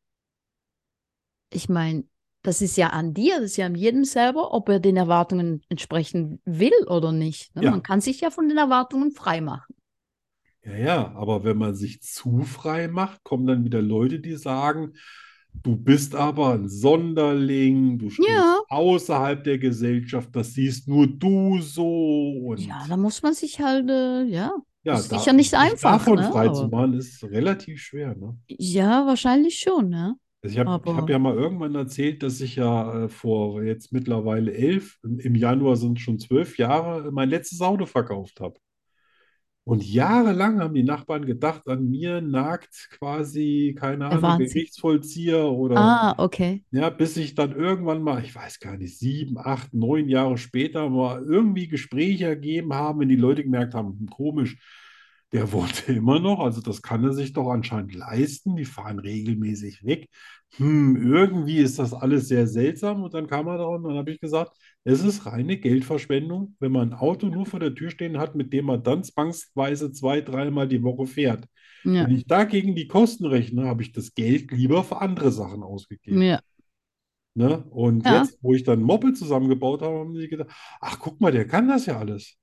ich meine, das ist ja an dir, das ist ja an jedem selber, ob er den Erwartungen entsprechen will oder nicht. Ne? Man Ja, kann sich ja von den Erwartungen frei machen. ja, ja, aber wenn man sich zu frei macht, kommen dann wieder Leute, die sagen, du bist aber ein Sonderling, du stehst Ja, außerhalb der Gesellschaft, das siehst nur du so und ja, da muss man sich halt, äh, ja, ja, ist da, sicher nicht sich einfach, davon ne? frei zu Aber machen, ist relativ schwer, ne? ja, wahrscheinlich schon, ne? Also ich habe ich hab Aber ja mal irgendwann erzählt, dass ich ja äh, vor jetzt mittlerweile elf, im im Januar sind es schon zwölf Jahre, mein letztes Auto verkauft habe. Und jahrelang haben die Nachbarn gedacht, an mir nagt quasi, keine der Ahnung, Wahnsinn. Gerichtsvollzieher oder Ah, okay. ja, bis ich dann irgendwann mal, ich weiß gar nicht, sieben, acht, neun Jahre später mal irgendwie Gespräche ergeben haben, wenn die Leute gemerkt haben, hm, komisch, der wohnt immer noch, also das kann er sich doch anscheinend leisten, die fahren regelmäßig weg. Hm, irgendwie ist das alles sehr seltsam und dann kam er da und dann habe ich gesagt, es ist reine Geldverschwendung, wenn man ein Auto nur vor der Tür stehen hat, mit dem man dann zwangsweise zwei, dreimal die Woche fährt. Ja, Wenn ich dagegen die Kosten rechne, habe ich das Geld lieber für andere Sachen ausgegeben. ja, Ne? Und ja. jetzt, wo ich dann ein Moped zusammengebaut habe, haben sie gedacht, ach, guck mal, der kann das ja alles.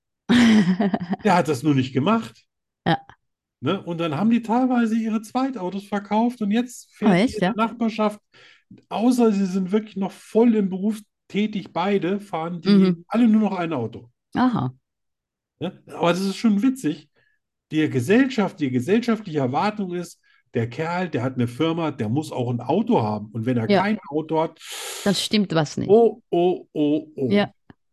Der hat das nur nicht gemacht. Ja. Ne? Und dann haben die teilweise ihre Zweitautos verkauft und jetzt Oh, fährt hier echt, in ja? der Nachbarschaft, außer sie sind wirklich noch voll im Beruf tätig, beide, fahren die Mhm. alle nur noch ein Auto. Aha. Ne? Aber das ist schon witzig. Die Gesellschaft, die gesellschaftliche Erwartung ist, der Kerl, der hat eine Firma, der muss auch ein Auto haben. Und wenn er Ja, kein Auto hat, dann stimmt was nicht. oh, oh, oh, oh. Ja,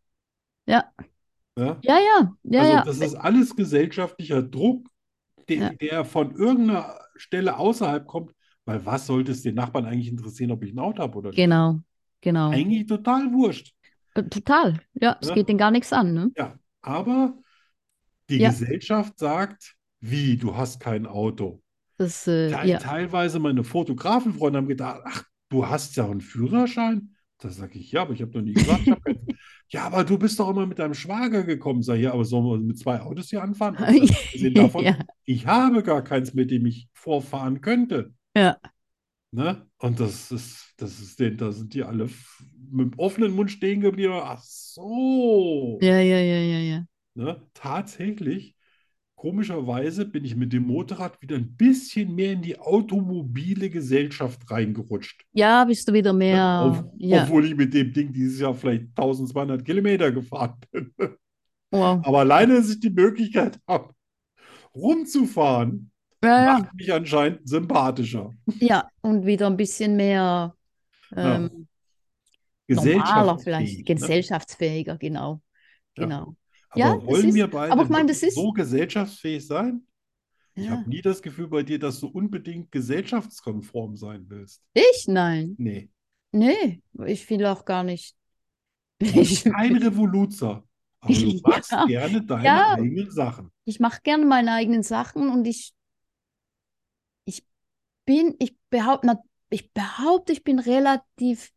ja, Ja? ja, ja, ja, Also ja, das ist alles gesellschaftlicher Druck, der, ja, der von irgendeiner Stelle außerhalb kommt, weil was sollte es den Nachbarn eigentlich interessieren, ob ich ein Auto habe oder nicht? genau, genau. Eigentlich total wurscht. Äh, Total. Ja, es Ne? geht denen gar nichts an, ne? Ja, aber die Ja, Gesellschaft sagt, wie, du hast kein Auto. das, äh, Te ja. teilweise meine Fotografenfreunde haben gedacht, ach, du hast ja einen Führerschein? Da sage ich, ja, aber ich habe noch nie gesagt, ich habe keinen. Ja, aber du bist doch immer mit deinem Schwager gekommen. Sag ich, ja, aber sollen wir mit zwei Autos hier anfahren? Also, abgesehen davon, Ja, ich habe gar keins, mit dem ich vorfahren könnte. ja, Ne? Und das ist, das ist den, da sind die alle f- mit dem offenen Mund stehen geblieben. Ach so. ja, ja, ja, ja, ja. Ne? Tatsächlich, komischerweise bin ich mit dem Motorrad wieder ein bisschen mehr in die automobile Gesellschaft reingerutscht. Ja, bist du wieder Ne? Auf, mehr, ja, obwohl ich mit dem Ding dieses Jahr vielleicht eintausendzweihundert Kilometer gefahren bin. wow. Aber alleine, dass ich die Möglichkeit habe, rumzufahren, Ja, ja, macht mich anscheinend sympathischer. ja, und wieder ein bisschen mehr Ja, ähm, normaler vielleicht, gesellschaftsfähig. Ne? gesellschaftsfähiger, genau, Ja. genau. Ja, Aber das wollen ist, wir aber ich beide meine, das wirklich ist, so gesellschaftsfähig sein? Ich ja, habe nie das Gefühl bei dir, dass du unbedingt gesellschaftskonform sein willst. ich, nein, Nee. nee, ich will auch gar nicht. Du bist Ich, kein Revoluzer, aber du machst ja, gerne deine ja, eigenen Sachen. ich mache gerne meine eigenen Sachen und ich, ich bin, ich behaupte, na- ich behaupte, ich bin relativ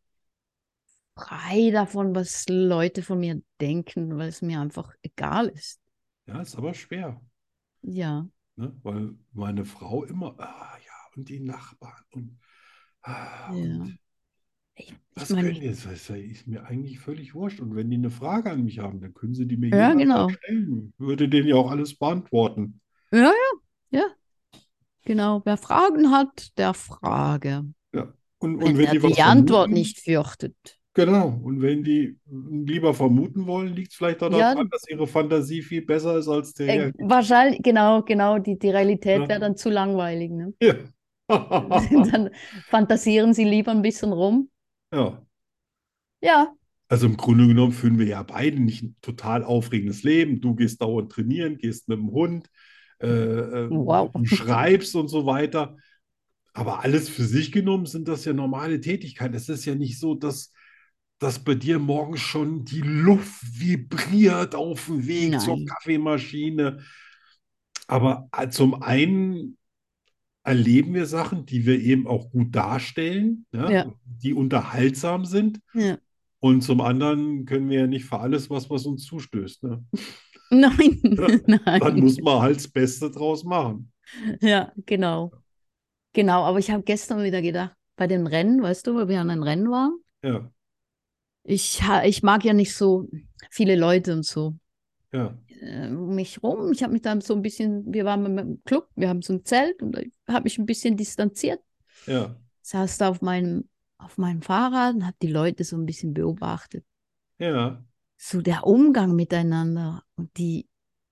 frei davon, was Leute von mir denken, weil es mir einfach egal ist. Ja, ist aber schwer, Ja, ne? Weil meine Frau immer, ah ja, und die Nachbarn und, ah, ja. und Ich, ich was meine, können ich, die? Das ist ist mir eigentlich völlig wurscht. Und wenn die eine Frage an mich haben, dann können sie die mir ja, jederzeit genau. stellen. Würde denen ja auch alles beantworten. Ja, ja, ja, genau. Wer Fragen hat, der frage. Ja. Und, und Wenn wenn er die was die Antwort vermuten, nicht fürchtet. genau. Und wenn die lieber vermuten wollen, liegt es vielleicht auch Ja, daran, dass ihre Fantasie viel besser ist als die äh, Realität. wahrscheinlich, genau, genau, die, die Realität Ne? wäre dann zu langweilig, ne? Ja. Dann fantasieren sie lieber ein bisschen rum. Ja. Ja, Also im Grunde genommen führen wir ja beide nicht ein total aufregendes Leben. Du gehst dauernd trainieren, gehst mit dem Hund, äh, äh, wow. du schreibst und so weiter. Aber alles für sich genommen sind das ja normale Tätigkeiten. Es ist ja nicht so, dass, dass bei dir morgens schon die Luft vibriert auf dem Weg zur Nein. Kaffeemaschine. Aber äh, zum einen erleben wir Sachen, die wir eben auch gut darstellen, ja, Ja. die unterhaltsam sind. Ja. Und zum anderen können wir ja nicht für alles was, was uns zustößt. Ne? Nein, Dann nein. muss man halt das Beste draus machen. Ja, genau. Genau, aber ich habe gestern wieder gedacht, bei dem Rennen, weißt du, wo wir an einem Rennen waren, Ja, ich, ha- ich mag ja nicht so viele Leute und so ja, äh, um mich rum. Ich habe mich dann so ein bisschen, wir waren mit dem Club, wir haben so ein Zelt und ich habe mich ein bisschen distanziert. ja, Saß da auf meinem, auf meinem Fahrrad und habe die Leute so ein bisschen beobachtet. ja, So der Umgang miteinander und die,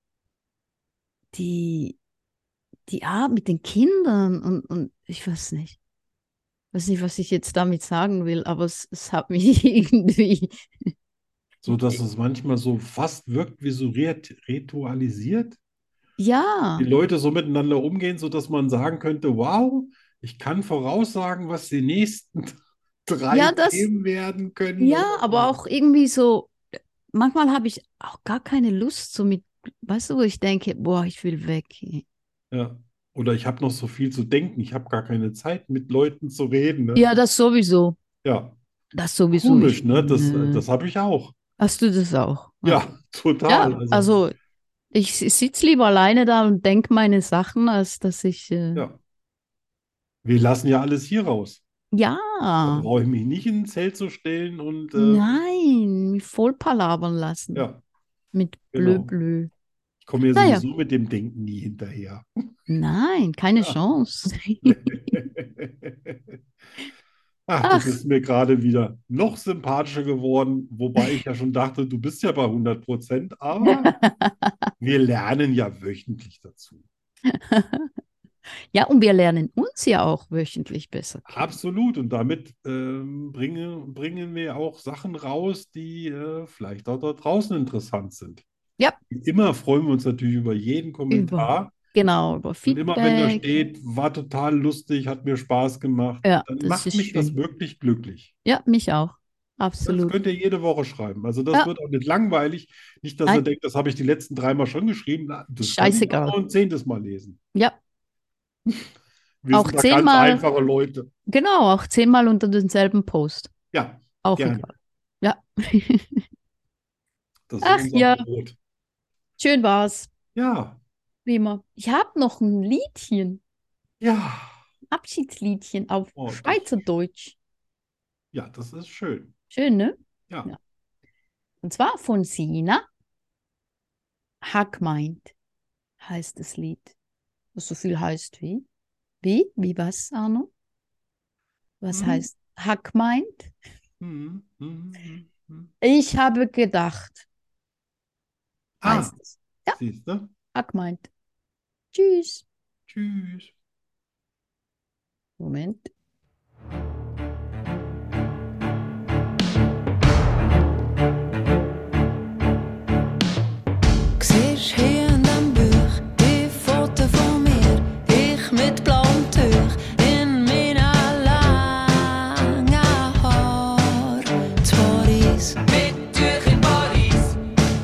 die, die Art mit den Kindern und, und ich weiß nicht. Weiß nicht, was ich jetzt damit sagen will, aber es, es hat mich irgendwie. so dass es manchmal so fast wirkt wie so rit- ritualisiert. Ja, Die Leute so miteinander umgehen, sodass man sagen könnte, wow, ich kann voraussagen, was die nächsten drei ja, das, Themen werden können ja, oder aber so. auch irgendwie so, manchmal habe ich auch gar keine Lust, so mit, weißt du, wo ich denke, boah, ich will weg. Ja. Oder ich habe noch so viel zu denken, ich habe gar keine Zeit, mit Leuten zu reden. Ne? Ja, das sowieso. Ja, Das sowieso. komisch, Ich, ne? Das, nö. das habe ich auch. Hast du das auch? Ja, total. Ja, Also, also ich sitze lieber alleine da und denke meine Sachen, als dass ich, äh, ja. Wir lassen ja alles hier raus. Da ja, brauche ich mich nicht in ein Zelt zu stellen und äh, nein, mich voll palabern lassen ja, mit blö genau. blö. Ich komme ja Naja, sowieso mit dem Denken nie hinterher. nein, keine Ja. Chance. Ach, du Ach, bist mir gerade wieder noch sympathischer geworden, wobei ich ja schon dachte, du bist ja bei hundert Prozent, aber wir lernen ja wöchentlich dazu. ja, und wir lernen uns ja auch wöchentlich besser kennen. Absolut. Und damit ähm, bringen, bringen wir auch Sachen raus, die äh, vielleicht auch da draußen interessant sind. Ja, Wie immer freuen wir uns natürlich über jeden über, Kommentar. genau, über Und immer wenn da Feedback. steht, war total lustig, hat mir Spaß gemacht, Ja, dann das macht ist mich das schön. wirklich glücklich. Ja, mich auch. Das Absolut. könnt ihr jede Woche schreiben. Also das Ja, wird auch nicht langweilig. Nicht, dass ihr nein, denkt, das habe ich die letzten dreimal schon geschrieben. Na, das kann ich auch scheißegal. noch ein zehntes Mal lesen. Ja, Wir auch sind da ganz zehnmal, einfache Leute. genau, auch zehnmal unter denselben Post. Ja, Auch gerne. egal. Ja. Das ist Ach unser ja, Brot. schön war's. Ja, Wie immer. Ich habe noch ein Liedchen, ja. Abschiedsliedchen auf Oh, das, Schweizerdeutsch. ja, das ist schön. Schön, ne? Ja. Ja. Und zwar von Sina. Hat gemeint, heißt das Lied. Was so viel heißt wie? Wie? Wie was, Arno? Was Hm, heißt hat gemeint? hm, hm, hm, hm. Ich habe gedacht, Ah, heißt es. Ja, siehst du? hat gemeint. Tschüss. Tschüss. Moment. Siehst hier in dem Buch die Foto von mir, ich mit blauem Tuch in meinen langen Haar. Zu Paris, mit Tuch in Paris.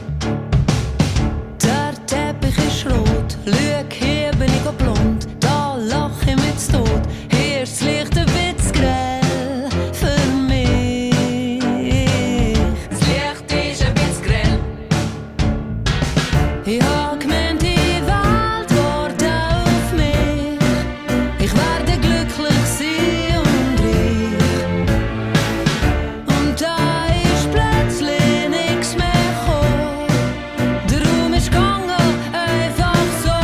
Der Teppich ist rot, schau, hier bin ich auch blond, da lach ich mich zu Tod. Hier ist das Licht ein Witz grell für mich. Das Licht ist ein Witz grell. Ich hab gemeint, die Welt wartet auf mich. Ich werde glücklich sein und reich. Und da ist plötzlich nichts mehr gekommen. Der Raum ist gegangen, einfach so.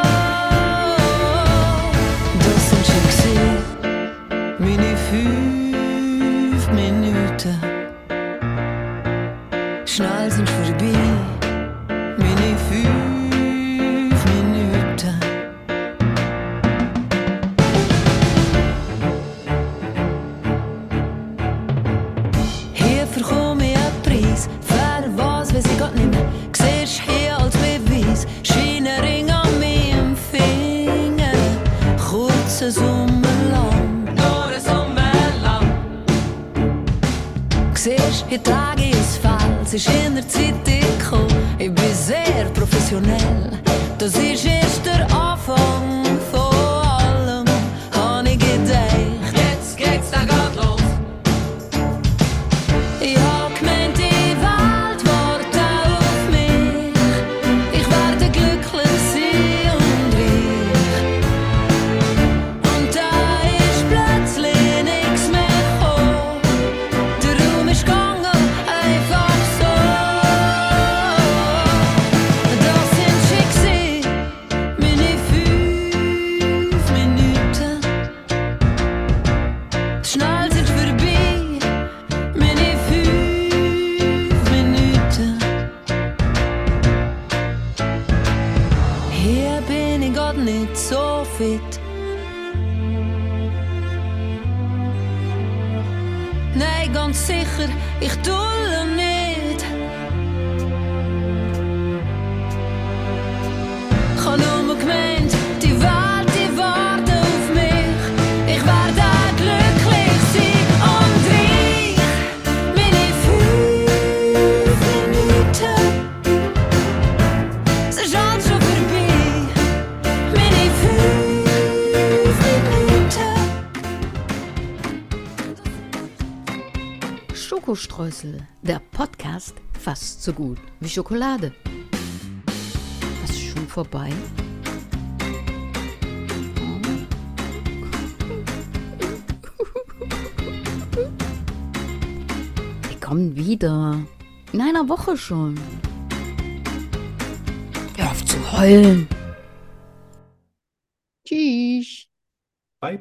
Das sind schon gewesen, meine fünf Minuten. Schnell sind vorbei. Meine fünf Minuten. Hier bekomme ich einen Preis. Für was weiß ich grad nicht mehr. Siehst hier als Beweis. Scheinring an meinem Finger. Kurze Sommer lang. Nur ein Sommer lang. Siehst, hier trage ich es falsch. Ist in der Zeit gekommen. Ich bin sehr professionell. Das ist erst der Anfang von allem. fit. Nein, ganz sicher, ich dulle nicht. Ich hab nur gemeint, die Welt, die wartet auf mich. Ich werde auch glücklich sein und reich. Meine fünf Minuten, es ist alles schon vorbei. Meine fünf Minuten. Schokostreusel, der Podcast fast so gut wie Schokolade. Was ist schon vorbei? Wir kommen wieder. In einer Woche schon. Hör auf zu heulen. Tschüss.